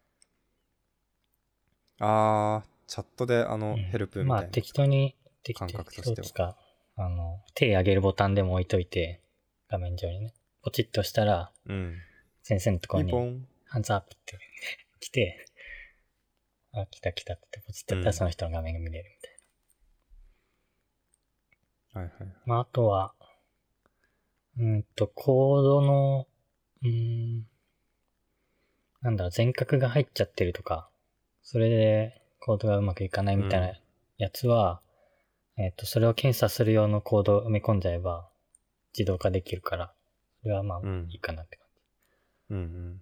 あー、チャットであの、ヘルプうん。まあ、 みたいな適当に、適感覚としては。 当か、あの、手上げるボタンでも置いといて、画面上にね、ポチッとしたら、 うん。 先生のところに、 ピンポン。 ハンズアップって来て、あ、来た来たってポチッとやったらその人の画面が見れるみたいはいはい。 な。まあ、あとは、うんと、コードの、うーん、なんだろう、全角が入っちゃってるとか、それでコードがうまくいかないみたいなやつは、えっと、それを検査する用のコードを埋め込んじゃえば、自動化できるから、それはまあ、 うんいいかなって感うんうん。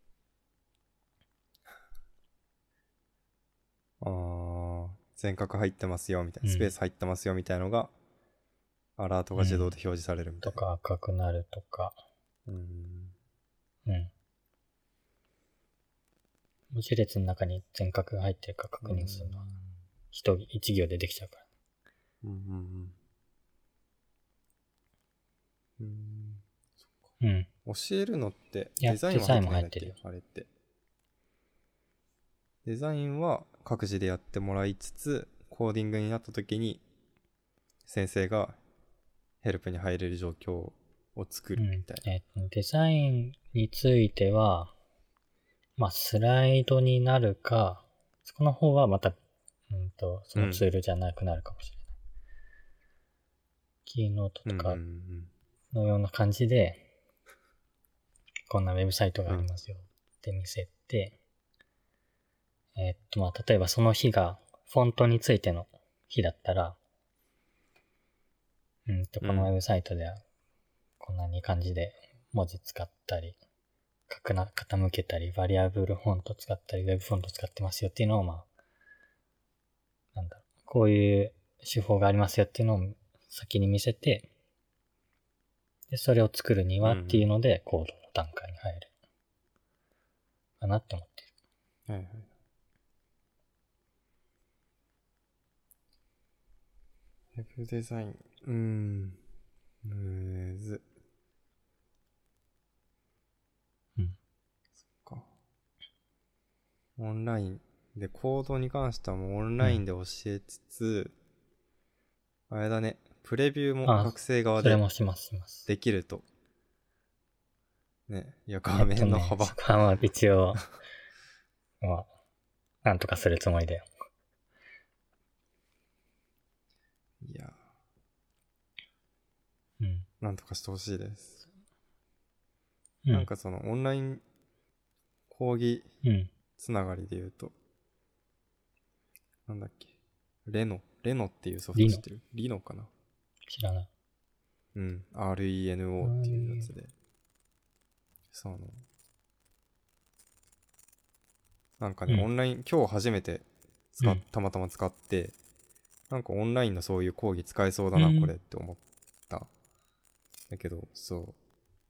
あー、全角入ってますよみたいな、 うんスペース入ってますよみたいのが、アラートが自動で表示されるみじ。 たいな。 とか赤くなるとか、 うん。 うん。文字列の中に全角が入ってるか確認するのは、一一行でできちゃうから。 うんうんうん。うんうん。 教えるのっていやデザインは入ってないんだっデザインも入ってるよけあれって。デザインは各自でやってもらいつつ、コーディングになった時に先生がヘルプに入れる状況を作るみたいな。 うん、えっと、デザインについては、まあ、スライドになるか、そこの方はまた、うんと、そのツールじゃなくなるかもしれない。キーノートとかのような感じで、こんなウェブサイトがありますよって見せて、えっと、まあ、例えばその日がフォントについての日だったら、うんと、このウェブサイトではこんなに感じで文字使ったり、かくな傾けたり、バリアブルフォント使ったり、ウェブフォント使ってますよっていうのを、まあ、なんだろう、こういう手法がありますよっていうのを先に見せて、で、それを作るにはっていうので、コードの段階に入る。かなって思っている。 はいはい。ウェブデザイン。うーん。むず。 うん。 そっか。オンラインで、コードに関してはもうオンラインで教えつつ、あれだね、プレビューもあ学生側でそれもしますします。 できると。ね、いや、画えっとね、 面の幅。 そこはまあ一応、まあ、なんとかするつもりだよ。 いや、 うん。 なんとかしてほしいです。 うん、 なんかそのオンライン講義うん。 つながりで言うと、なんだっけ、レノ、レノっていうソフト知ってる？リノかな？ 知らない。 うん、アールイーエヌオー っていうやつで、その、なんかね、 うんオンライン、今日初めて使っ、 うんたまたま使って、なんかオンラインのそういう講義使えそうだな、 うんこれって思った。だけど、そう、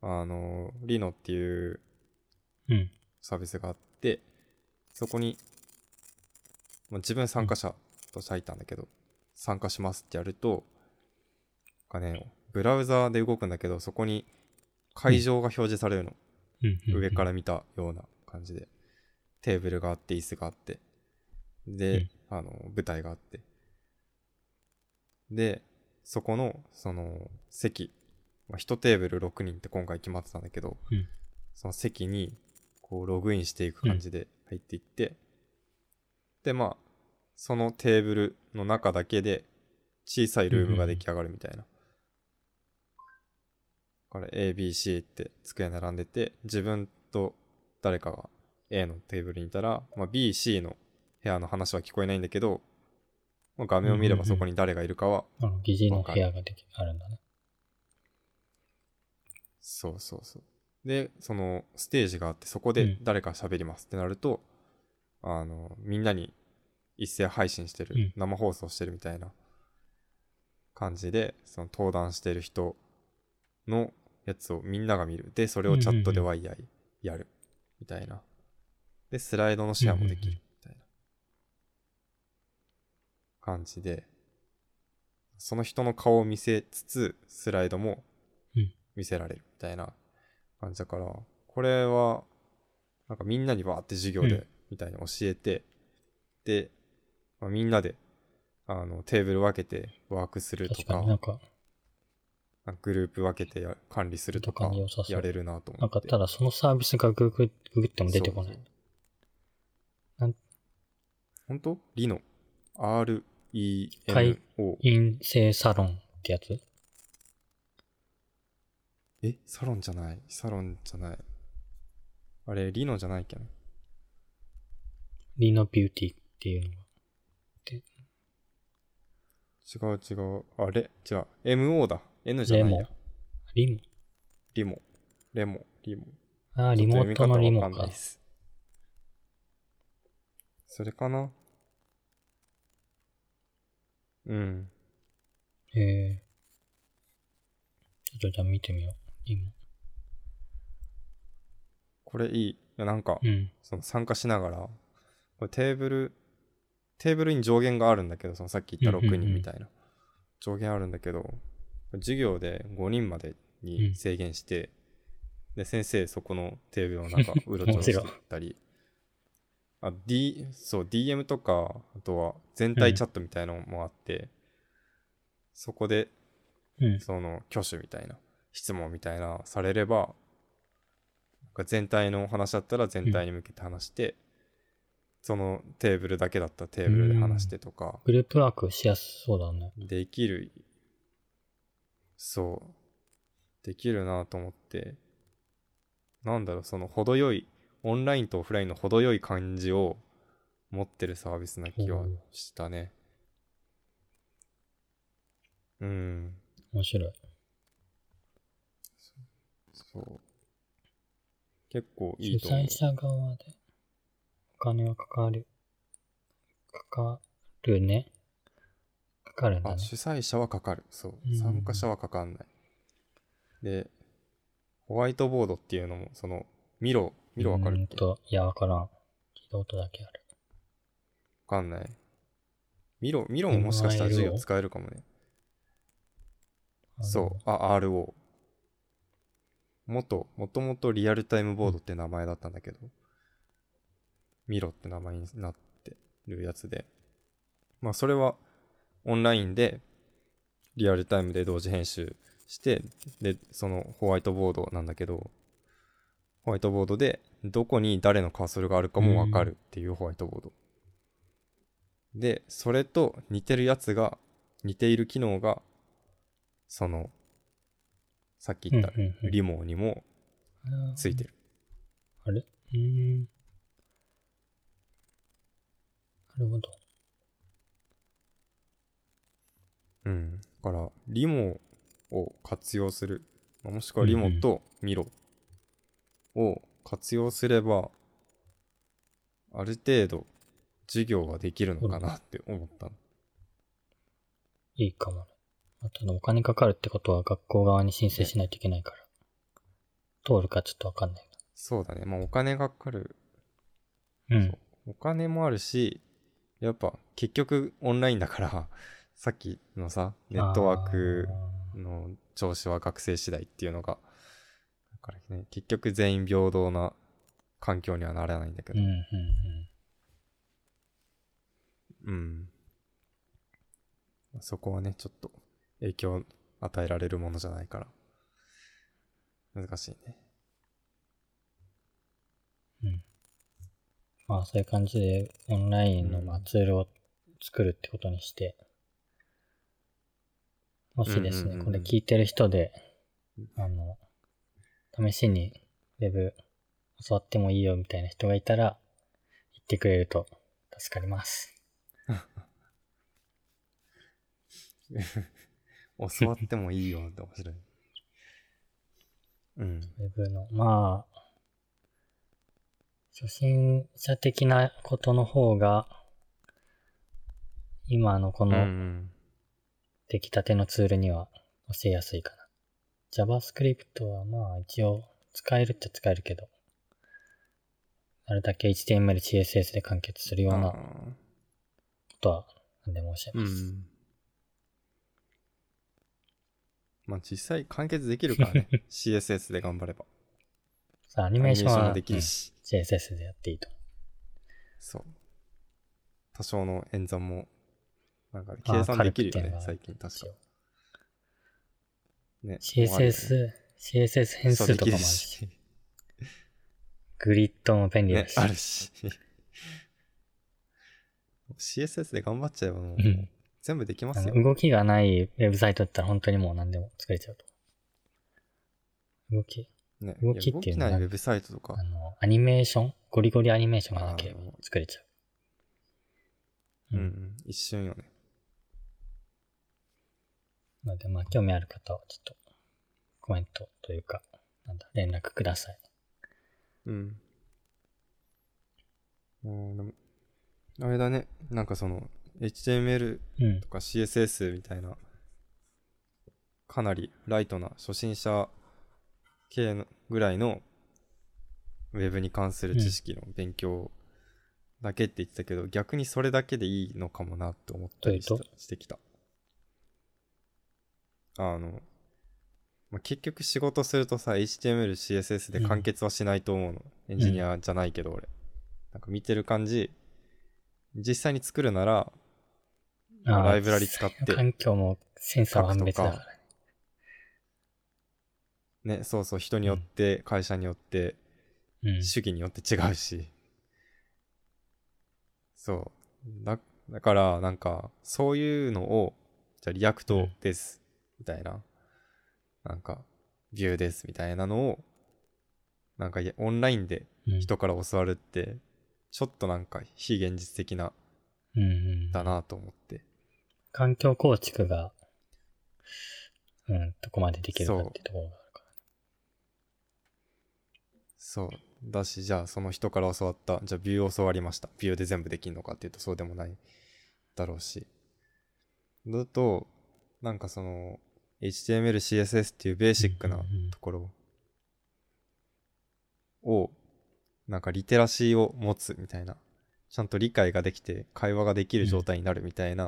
あの、リノっていううん。 サービスがあって、そこに、まあ、自分参加者として入ったんだけど、参加しますってやると、なんかね、ブラウザーで動くんだけど、そこに会場が表示されるの。 うんうん。 上から見たような感じで。テーブルがあって、椅子があって。で、 うんあの、舞台があって。で、そこの、その、席、まあ、いちテーブルろくにんって今回決まってたんだけど、 うんその席に、こう、ログインしていく感じで入っていって、で、まあ、そのテーブルの中だけで、小さいルームが出来上がるみたいな。これ A、B、C って机並んでて、自分と誰かが A のテーブルにいたら、まあ、B、C の部屋の話は聞こえないんだけど、まあ、画面を見ればそこに誰がいるかは、 あの、疑似の部屋ができ、あるんだね。 そうそうそう。で、そのステージがあって、そこで誰か喋りますってなると、うん、あの、みんなに一斉配信してる、うん、生放送してるみたいな感じで、その登壇してる人のやつをみんなが見る。で、それをチャットでワイヤイやる。みたいな。で、スライドのシェアもできる。みたいな感じで、その人の顔を見せつつ、スライドも見せられる。みたいな感じだから、これは、なんかみんなにバーって授業で、みたいに教えて、で、まあ、みんなで、あの、テーブル分けてワークするとか、 なんかグループ分けてや管理するとかやれるなと思って。 なんかただそのサービスがググググっても出てこない。そうそうなん本当？リノ アールイーエヌオー会員制サロンってやつ？ えサロンじゃないサロンじゃないあれリノじゃないっけなリノビューティーっていうのが違う違うあれ違う エムオー だ N じゃないやリモリモレモリモああリモートのリモかそれかなうんへえちょっとじゃあ見てみようリモこれいいいやなんか、 うん、 その参加しながらこれテーブルテーブルに上限があるんだけどそのさっき言ったろくにんみたいな、うんうんうん、上限あるんだけど授業でごにんまでに制限して、うん、で先生そこのテーブルの中うろちょろしてたりあ、D、そう ディーエム とかあとは全体チャットみたいなのもあって、うん、そこで、うん、その挙手みたいな質問みたいなされれば全体の話だったら全体に向けて話して、うん、そのテーブルだけだったらテーブルで話してとか、 グループワークしやすそうだねできるそうできるなと思ってなんだろうその程よいオンラインとオフラインの程よい感じを持ってるサービスな気はしたねうん面白いそう結構いいと思う主催者側でお金はかかるかかるねかかるんだねあ主催者はかかるそう、うん、参加者はかかんないでホワイトボードっていうのもそのミロミロわかるっけといやわからん聞いたことだけあるわかんないミロミロももしかしたら授業使えるかもねそうあ アールオー元もともとリアルタイムボードって名前だったんだけど、うん、ミロって名前になってるやつで、まあそれはオンラインでリアルタイムで同時編集して、でそのホワイトボードなんだけど、ホワイトボードでどこに誰のカーソルがあるかも分かるっていうホワイトボードで、それと似てるやつが、似ている機能がそのさっき言ったリモにもついてる。 あれ、うーん、なるほど。 うん。だからリモを活用する、もしくはリモとミロを活用すれば、ある程度授業ができるのかなって思ったの。 いいかもね。あとお金かかるってことは学校側に申請しないといけないから、ね、通るかちょっとわかんないな。 そうだね。まあお金がかかる。 うん。 そう。お金もあるし、やっぱ結局オンラインだからさっきのさ、ネットワークの調子は学生次第っていうのが、だからね、結局全員平等な環境にはならないんだけど。 うんうんうん。うん。そこはね、ちょっと影響与えられるものじゃないから、難しいね。 うん。まあそういう感じでオンラインのまあツールを作るってことにして、もしですね、これ聞いてる人で、あの、試しにウェブ教わってもいいよみたいな人がいたら、言ってくれると助かります。 教わってもいいよって面白い。うん。 ウェブの、まあ、初心者的なことの方が、今のこの出来たてのツールには教えやすいかな。JavaScript はまあ一応使えるっちゃ使えるけど、あれだけ エイチティーエムエル、シーエスエス で完結するようなことは何でも教えます。うん、 まあ実際完結できるからね。シーエスエス で頑張れば。 さあ、アニメーションはもできるし、 うん、シーエスエス でやっていいと。 そう。多少の演算も、なんか計算できるよね、最近確か。ね、 シーエスエス、ね、シーエスエス 変数とかもあるし。グリッドも便利だし。 ね、あるし。シーエスエス で頑張っちゃえばもう、うん、全部できますよ。 動きがないウェブサイトだったら本当にもう何でも作れちゃうと。動き。 ね、 動きっていうのは、 動きないウェブサイトとか。 あの、アニメーションゴリゴリアニメーションがなければ作れちゃう。うん、うん、一瞬よね。 なので、まあ、興味ある方はちょっと、コメントというか、なんだ、連絡ください。 うん。うん、でもあれだね、なんかその エイチティーエムエル とか シーエスエス みたいな、うん、かなりライトな初心者系のぐらいのウェブに関する知識の勉強だけって言ってたけど、うん、逆にそれだけでいいのかもなって思ったりしたしてきた。あの、まあ、結局仕事するとさ エイチティーエムエル、シーエスエス で完結はしないと思うの、うん、エンジニアじゃないけど俺なんか見てる感じ実際に作るならライブラリ使って環境もセンサーは判別だからね。ね、そうそう、人によって、うん、会社によって、うん、主義によって違うし、そうだだからなんかそういうのをじゃあリアクトです、うん、みたいななんかビューですみたいなのをなんかオンラインで人から教わるって、うん、ちょっとなんか非現実的なだなと思って、うんうん、 環境構築がうんどこまでできるかっていうところがあるからね。 そうだし、じゃあその人から教わったじゃあビュー教わりました、ビューで全部できるのかっていうとそうでもないだろうし、だとなんかその エイチティーエムエル、シーエスエス っていうベーシックなところをなんかリテラシーを持つみたいな、ちゃんと理解ができて会話ができる状態になるみたいな、うん、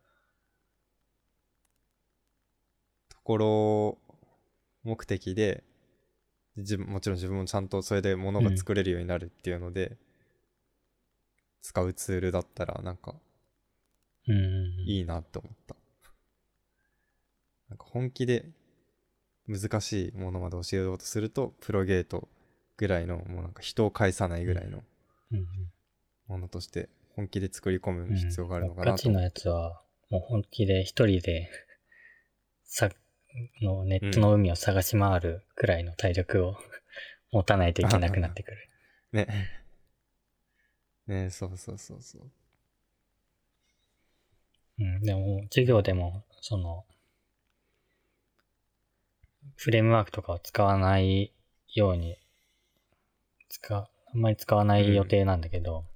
ところ目的で自分もちろん自分もちゃんとそれで物が作れるようになるっていうので、 使うツールだったらなんかうんうんうん。 いいなって思った。なんか本気で難しいものまで教えようとするとプロゲートぐらいのもうなんか人を介さないぐらいのうんうん。 ものとして本気で作り込む必要があるのかガチのやなと思って。 つは、もう本気で一人で、さ、のネットうんの海を探し回るくらいの体力を持たないといけなくなってくる。 ね。ね、そうそうそうそう。 うん、でも、授業でも、その、フレームワークとかを使わないように、使、あんまり使わない予定なんだけど、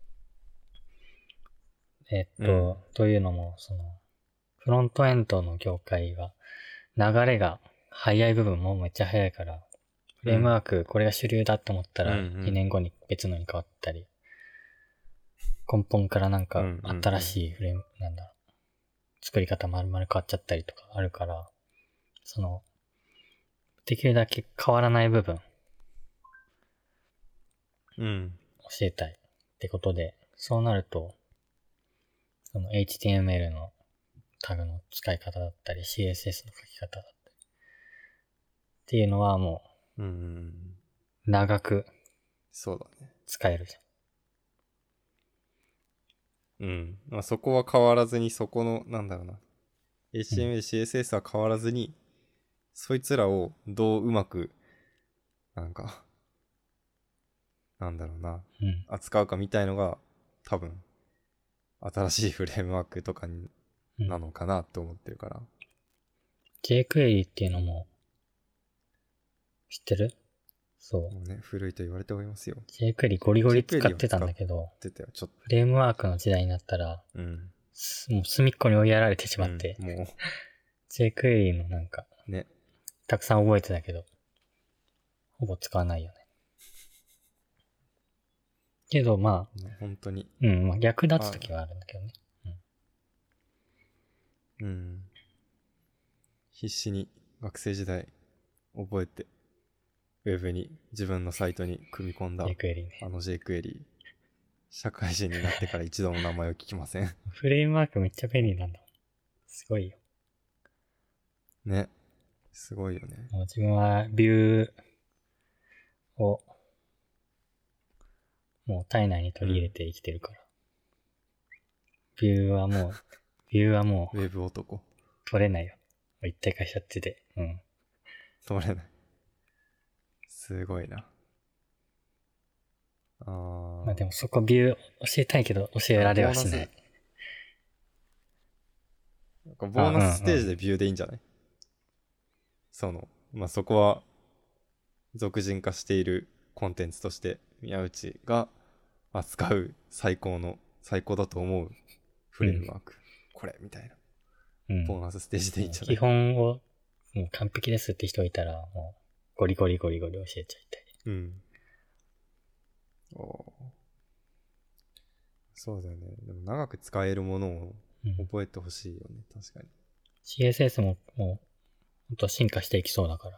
えっと、というのも、その、フロントエンドの業界は、流れが早い部分もめっちゃ早いから、フレームワーク、これが主流だと思ったら、 うんうんにねんごに別のに変わったり、根本からなんかうんうんうん新しいフレーム、なんだろう、作り方丸々変わっちゃったりとかあるから、その、できるだけ変わらない部分うん教えたいってことで、そうなると、その エイチティーエムエル のタグの使い方だったり、シーエスエス の書き方だったり、っていうのはもうんうん。 う長くそうだね。 使えるじうん。まあそこは変わらずに、そこの、なんだろうな。エイチティーエムエル、シーエスエス は変わらずに、そいつらをどううまく、なんか、なんだろうな、 ゃん。うん。 扱うかみたいのが、多分、新しいフレームワークとかに、 うん、 なのかなって思ってるから。 jQuery っていうのも知ってる？そう。 もうね、古いと言われておりますよ。 jQuery ゴリゴリ jQuery 使ってたんだけど、 出たよ、ちょっと。 フレームワークの時代になったら、 うん。 すもう隅っこに追いやられてしまって、 うん、も jQuery のなんか、 う、ね。 たくさん覚えてたけど、ほぼ使わないよね。けどまあ、 本当に。 うん、まあ役立つときはあるんだけどね。 うん。必死に学生時代覚えて、ウェブに、自分のサイトに組み込んだ、 jQuery ね。 あの jQuery。社会人になってから一度も名前を聞きません。 フレームワークめっちゃ便利なんだもん。すごいよ。 ね。すごいよね。 もう自分はビューを、もう体内に取り入れて生きてるから。ビューはもう、ビューはもうウェブ男。 取れないよ。もう一体化しちゃってて。うん。 取れない。すごいな。あー。 まあでもそこビュー教えたいけど教えられはしない。 なんかボーナスステージでビューでいいんじゃない？その、まあ、そこは、俗人化しているコンテンツとして、宮内が扱う最高の、最高だと思うフレームワーク。うん、これ、みたいな。 うん。 ボーナスステージでいいんじゃない？ 基本を、もう完璧ですって人いたら、もう、ゴリゴリゴリゴリ教えちゃいたい。 うん。おそうだよね。でも長く使えるものを覚えてほしいよね、うん、確かに。 シーエスエス ももう、ほんと進化していきそうだから。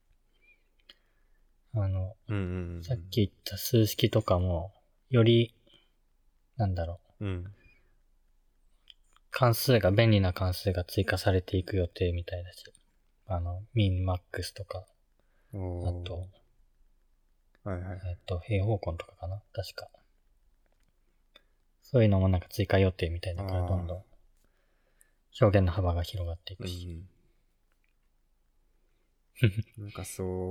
あの、 うんうんうん、 さっき言った数式とかも、より、なんだろう。うん。 関数が、便利な関数が追加されていく予定みたいだし。あの、ミンマックスとか、あと、 はいはい。 えっと、平方根とかかな確か。そういうのもなんか追加予定みたいだから、どんどん表現の幅が広がっていくし。 うん、なんかそう。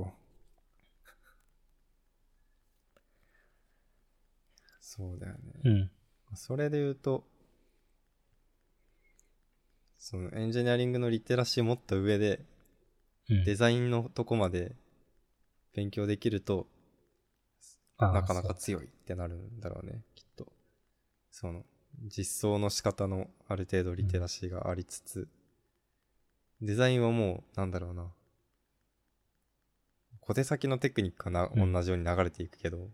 そうだよね。 うん。 それで言うと、そのエンジニアリングのリテラシーを持った上で、うん、デザインのとこまで勉強できると、なかなか強いってなるんだろうね、きっと。その、実装の仕方のある程度リテラシーがありつつ、うん、デザインはもう、なんだろうな、小手先のテクニックはな、うん、同じように流れていくけど、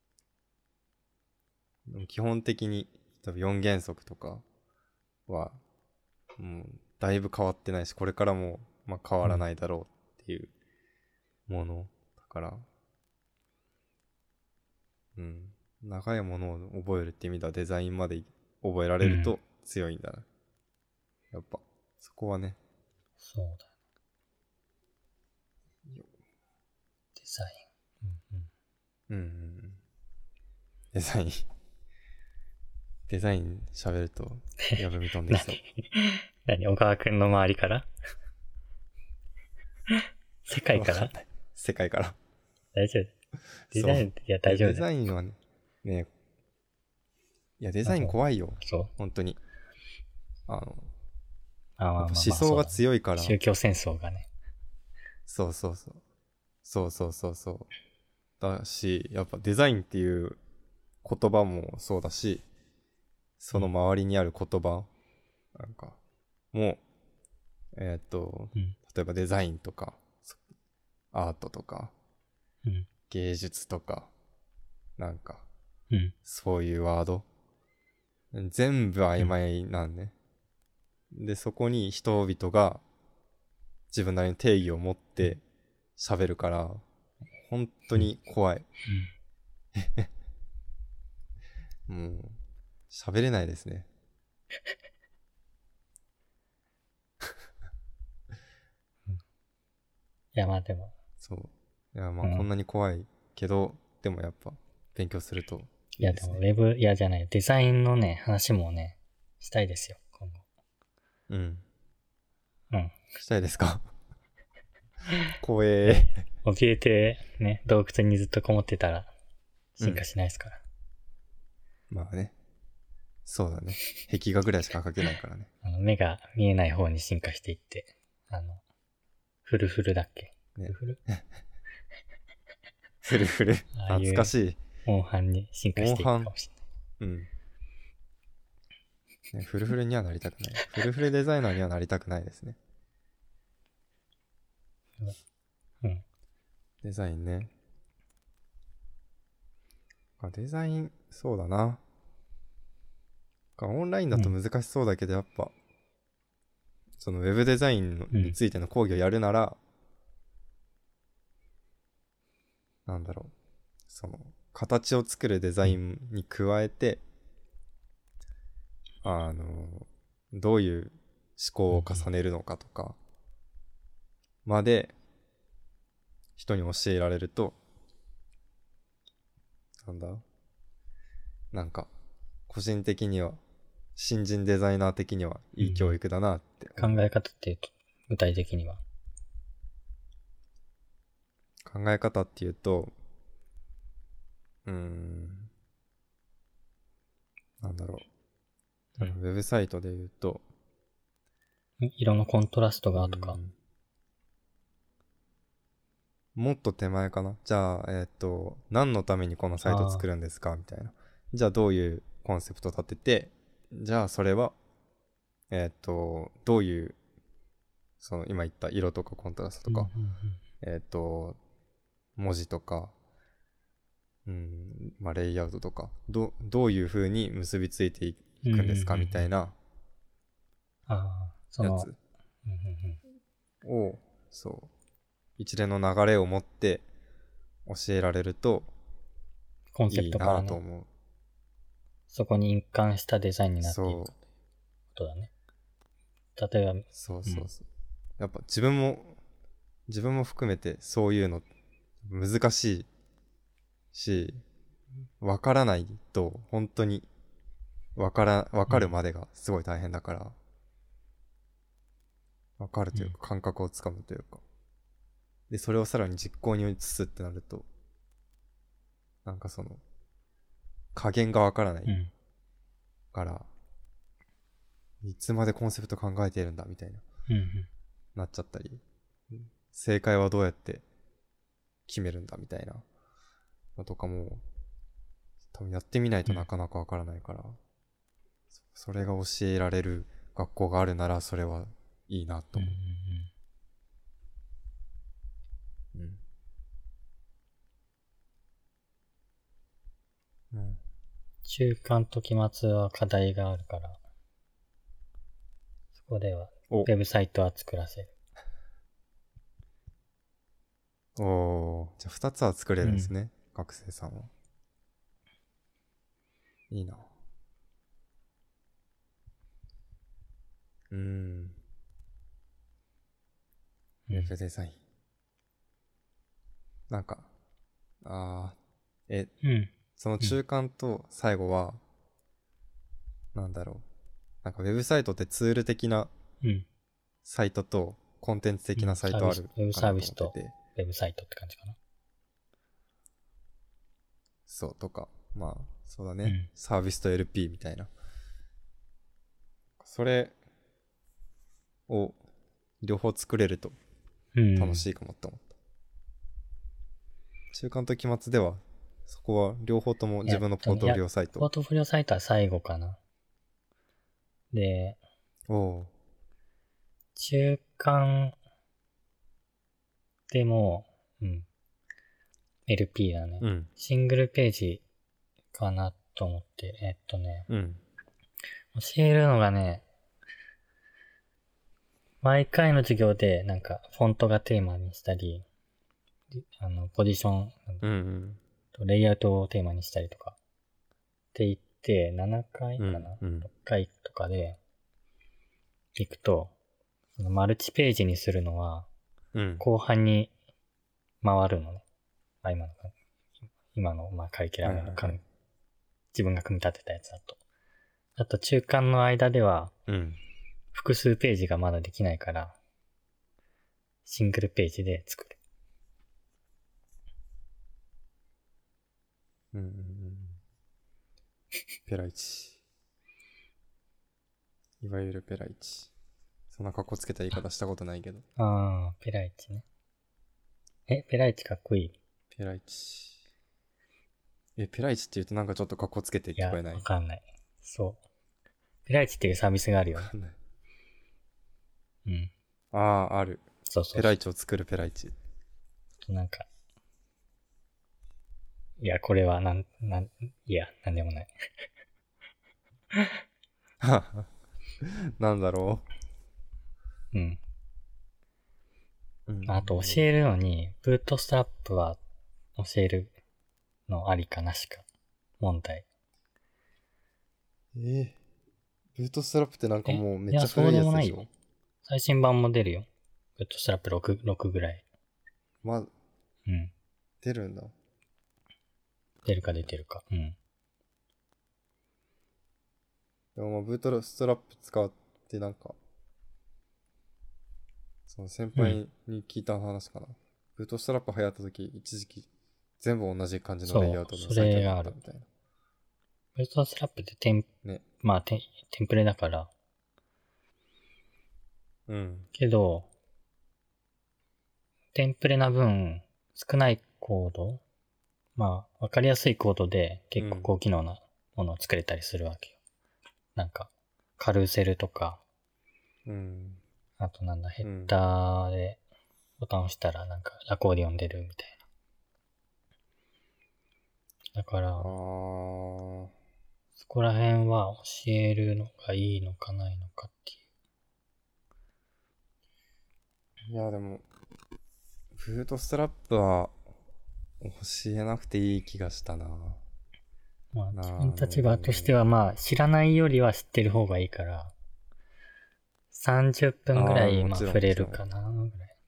でも基本的に、多分よん原則とかは、もう、だいぶ変わってないし、これからも、まあ、変わらないだろうっていうものだから、うん。 長いものを覚えるって意味ではデザインまで覚えられると強いんだな、やっぱそこはね。 そうだ。デザイン。うんうん。 うんうんうん。デザインデザイン喋るとやぶみ飛んできそう。 何小川くんの周りから世界から世界から大丈夫。デザイン、いや大丈夫だ。 デザインはね、ね、いやデザイン怖いよ。 そう。 本当に。あの、 あ、まあまあまあ、 思想が強いから、 宗教戦争がね。 そうそうそう。そうそうそうそう。だし、やっぱデザインっていう言葉もそうだし、その周りにある言葉、なんか、もう、えっと、 うん、 例えばデザインとか、アートとか、 うん、 芸術とか、なんか、 うん、 そういうワード、全部曖昧なんね。うん、で、そこに人々が自分なりの定義を持って喋るから、本当に怖い。うん、もう、喋れないですね。 いや、まあでも。 そう。いや、まあこんなに怖いけど、うん、でもやっぱ勉強するといいですね。 いや、でもウェブ、いやじゃない、デザインのね、話もね、したいですよ、今後。 うん。 うん。 したいですか怖えー。怯えて、ね、洞窟にずっとこもってたら、進化しないですから。 うん、まあね。そうだね。壁画ぐらいしか描けないからね。 あの目が見えない方に進化していって、あの、フルフルだっけ、ね、フルフルフルフル。懐かしい。 モンハンに進化していくかもしれない。 うん。ね、フルフルにはなりたくない。フルフルデザイナーにはなりたくないですね。 うん。 デザインね。デザイン、そうだな。オンラインだと難しそうだけど、やっぱ、うん、そのウェブデザインについての講義をやるなら、うん、なんだろう。その、形を作るデザインに加えて、うん、あの、どういう思考を重ねるのかとか、まで、人に教えられると、なんだなんか、個人的には、新人デザイナー的にはいい教育だなって、 うん、考え方っていうと、具体的には考え方っていうと、うーん、なんだろう。うん、ウェブサイトで言うと、 色のコントラストがとか。 もっと手前かな。じゃあ、えっと、何のためにこのサイト作るんですかみたいな。じゃあ、どういうコンセプト立てて、じゃあ、それは、えっと、どういう、その、今言った色とかコントラストとか、えっと、文字とか、うん、まあ、レイアウトとか、ど、どういう風に結びついていくんですかみたいな、 ああ、その、やつを、そう、一連の流れを持って教えられるとコンセプトから、ね、 いいなと思う。 そこに一貫したデザインになっていることだね。例えば、 そうそうそう、うん、やっぱ自分も自分も含めてそういうの難しいし、わからないと本当にわからわかるまでがすごい大変だから、わかるというか感覚をつかむというか、でそれをさらに実行に移すってなると、なんかその加減がわからない、うん、からいつまでコンセプト考えているんだみたいな、 うんうん、 なっちゃったり、正解はどうやって決めるんだみたいなのとかも多分やってみないとなかなかわからないから、うん、それが教えられる学校があるならそれはいいなと思う。うん、うんうん、中間と期末は課題があるから、そこではウェブサイトは作らせる。 おお、じゃあふたつは作れるんですね、うん、学生さんは。 いいな。うーん。ウェブデザイン。なんか、あー、え、 うん。 その中間と最後は、なんだろう。なんかウェブサイトってツール的なうん。 サイトとコンテンツ的なサイトあるウェブかなとサービスと思ってて。 ウェブサイトって感じかな。 そうとか。まあ、そうだね。 うんサービスと エルピー みたいな。それを両方作れるとうん。 楽しいかもって思った。中間と期末では、そこは両方とも自分のポートフォリオサイト。 ポートフォリオサイトは最後かな。で、 おう。 中間でも、うん。エルピー だね。 うん。 シングルページかなと思って、えっとね、 うん。 教えるのがね、毎回の授業でなんかフォントがテーマにしたり、あの、ポジション、 うんうん。 レイアウトをテーマにしたりとか、って言って、ななかいかな、 うんうんろっ 回とかで行くと、そのマルチページにするのは、 うん。 後半に回るのね。あ、今の、今の、まあ、カリキュラムのはいはいはい自分が組み立てたやつだと。あと中間の間では、 うん。 複数ページがまだできないから、シングルページで作る。 うんうんうん。ペライチ。いわゆるペライチ。そんな格好つけた言い方したことないけど。 あー、ペライチね。え、ペライチかっこいい。 ペライチ。え、ペライチって言うとなんかちょっと格好つけていや、 聞こえない？ わかんない。そう。ペライチっていうサービスがあるよねわ。かんない。 うん。 ああ、ある。 そうそうそう。 ペライチを作るペライチ。 なんか、いや、これはなん、なん、いや、なんでもない。 なんだろうん。 う。うん、 あと教えるのに、ブートストラップは教えるのありかなしか。問題。 えー、ブートストラップってなんかえもうめいや、 っちゃ古いそうでやつでしょ？ もないよ。最新版も出るよ。ブートストラップろく、ろくぐらい。 ま、 うん。 出るんだ。 出るか出てるか。うん。 でもまあブートストラップ使ってなんか、その先輩に聞いた話かな。ブートストラップ流行った時、一時期全部同じ感じのレイアウトのそうサイトにそれがあるなったみたいな。 ブートストラップってテン、 ね。 まあテン、テンプレだから。 うん。 けど、テンプレな分、少ないコード、まあ、わかりやすいコードで結構高機能なものを作れたりするわけよ。なんか、カルーセルとか、 うん。 あとなんだ、ヘッダーでボタンを押したらなんかアコーディオン出るみたいな。だから、 あー。 そこら辺は教えるのがいいのかないのかっていう。 いやでも、ブートストラップは教えなくていい気がしたな。 まあ、 な自分立場としてはまあ、知らないよりは知ってる方がいいから、さんじゅっぷんぐらいまああーもちろん触れるかなぐらい。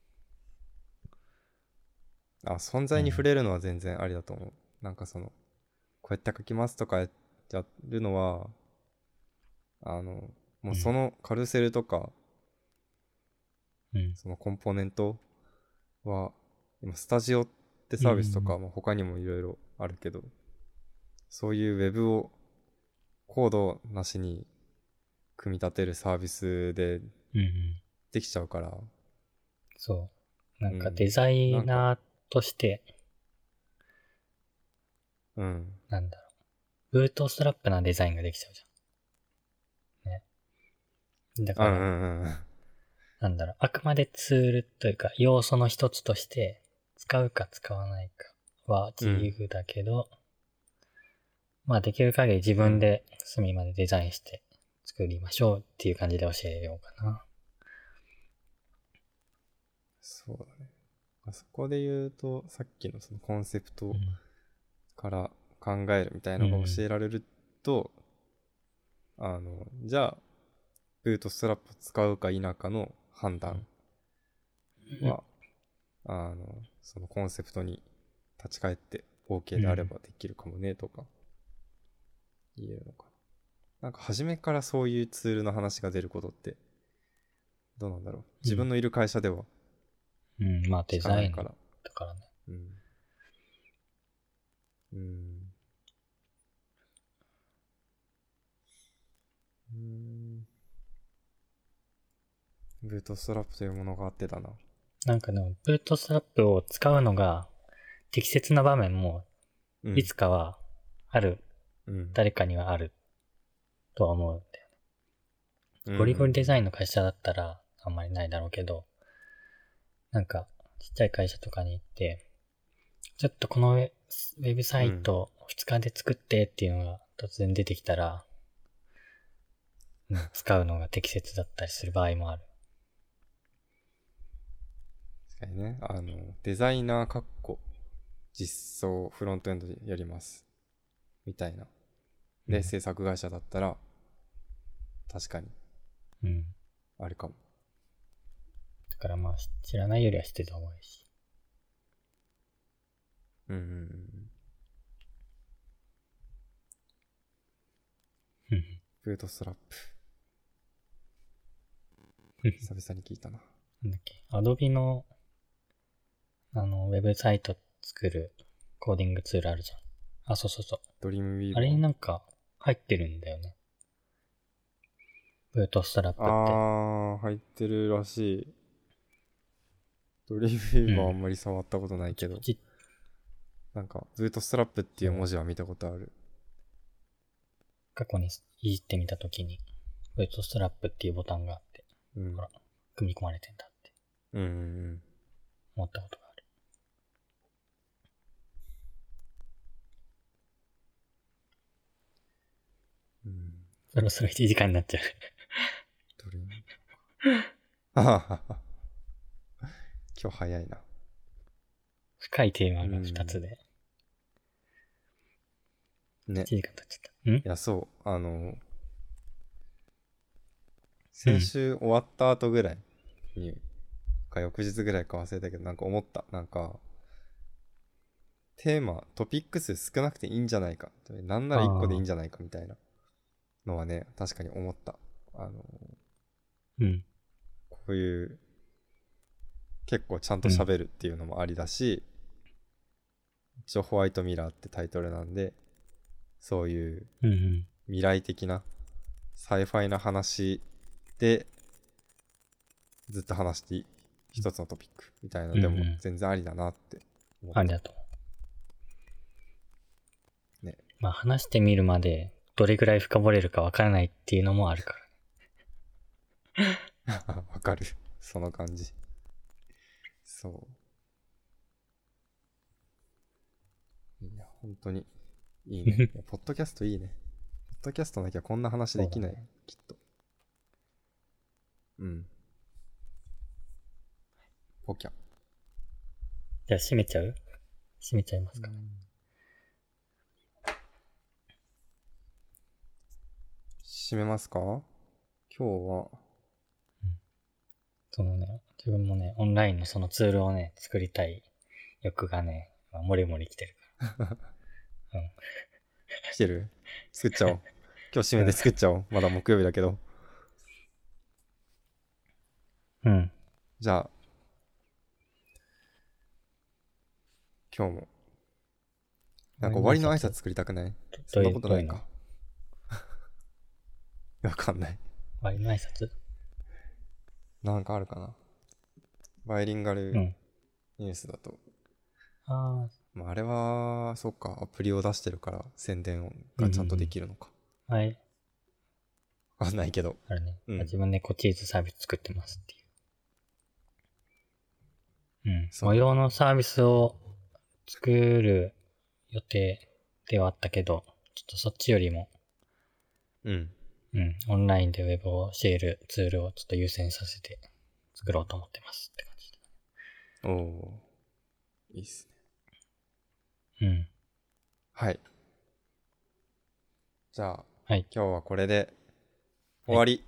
あ、存在に触れるのは全然ありだと思う。なんかその、こうやって書きますとかやるのは、あの、もうそのカルセルとか、 うん。 そのコンポーネントは、今スタジオってサービスとかうんも他にもいろいろあるけど、そういうウェブをコードなしに組み立てるサービスでうんうん。 できちゃうから、 そう。なんかうんデザイナーとして、 うん。 なんだろう。ブートストラップなデザインができちゃうじゃん。ね。だうんうから、 んうん。 なんだろう。あくまでツールというか、要素の一つとして、使うか使わないかは自由だけど、まあできる限り自分で隅までデザインして作りましょうっていう感じで教えようかな。 そうだね。あそこで言うと、さっきのそのコンセプトから考えるみたいなのが教えられると、あの、じゃあ、ブートストラップを使うか否かの判断は、あの、そのコンセプトに立ち返って OK であればできるかもねとか言えるのかな。なんか初めからそういうツールの話が出ることってどうなんだろう。自分のいる会社ではうん、うん、まあデ聞かザインだないから。 からね。 うん。うん。うーん。ブートストラップというものがあってだな。 なんかでも、ブートストラップを使うのが適切な場面もうん。 いつかはある、 うん。 誰かにはあるとは思うんだようんね。ゴリゴリデザインの。 の会社だったらあんまりないだろうけど、なんかちっちゃい会社とかに行って、ちょっとこのウェウェブサイトふつかで作ってっていうのが突然出てきたら、うん、使うのが適切だったりする場合もある。 確かにね。あの、デザイナーかっこ実装フロントエンドでやります。みたいな。で、 うん制作会社だったら、確かに、 うん。 あるかも。 だからまあ知らないよりは知ってた方がいいし。 うんうんうん。 うんブートストラップ。 うん。 久々に聞いたな。 なんだっけ、アドビの、あの、ウェブサイト作るコーディングツールあるじゃん。あ、そうそうそう。 ドリームウィーバあれにー。 なんか入ってるんだよね。ブートストラップって。 あー、入ってるらしい。ドリームウィーバーあうん。 んまり触ったことないけど、 ポチッなんか、ブートストラップっていうそう文字は見たことある。 過去にいじってみたときに、ブートストラップっていうボタンがあって、 うん。 ほら、組み込まれてんだってうんうん思ったことがある。 うん。うん。 そろそろいちじかんになっちゃう。 ドリーム。あははは。今日早いな。 深いテーマがふたつで、 ね。 いちじかん経っちゃった。んいや、そう。あの、先週終わった後ぐらいに、か翌日ぐらいか忘れたけど、なんか思った。なんか、テーマ、トピック数少なくていいんじゃないか。なんならいっこでいいんじゃないかみたいなのはね、確かに思った。あの、 うん。 こういう、結構ちゃんと喋るっていうのもありだし、一応ホワイトミラーってタイトルなんで、そういううんうん。 未来的なサイファイな話でずっと話していい一つのトピックみたいなのでもうんうん全然ありだなって思った。 ありがとう。 ね。 まあ話してみるまで、どれぐらい深掘れるかわからないっていうのもあるから。 わかる。その感じ。そう。いや、本当にいいね。いやポッドキャストいいね。ポッドキャストなきゃこんな話できない、 ね、 きっと。うん。ポキャ。 じゃあ閉めちゃう閉めちゃいますか。 閉めますか？今日は、 うん、そのね、自分もね、オンラインのそのツールをね、作りたい欲がね、まあ、もりもり来てるから。うん。 来てる？作っちゃおう。今日締めて作っちゃおう。まだ木曜日だけど。 うん。 じゃあ、今日も。なんか終わりの挨拶作りたくない？そんなことないか。わかんない。 終わりの挨拶？ なんかあるかな。バイリンガルうん。 ニュースだと。 あまあ、あれは、そっか、アプリを出してるから宣伝がちゃんとできるのか。 あ、はい。 わかんないけど。 あれね、 うん自分でコチーズサービス作ってますっていう。うん。 そう模様のサービスを作る予定ではあったけど、ちょっとそっちよりも、 うん。 うん、オンラインでウェブを教えるツールをちょっと優先させて作ろうと思ってますって感じおおー。いいっすね。 で。うん。 はい。 じゃあ、 はい。 今日はこれで終わり。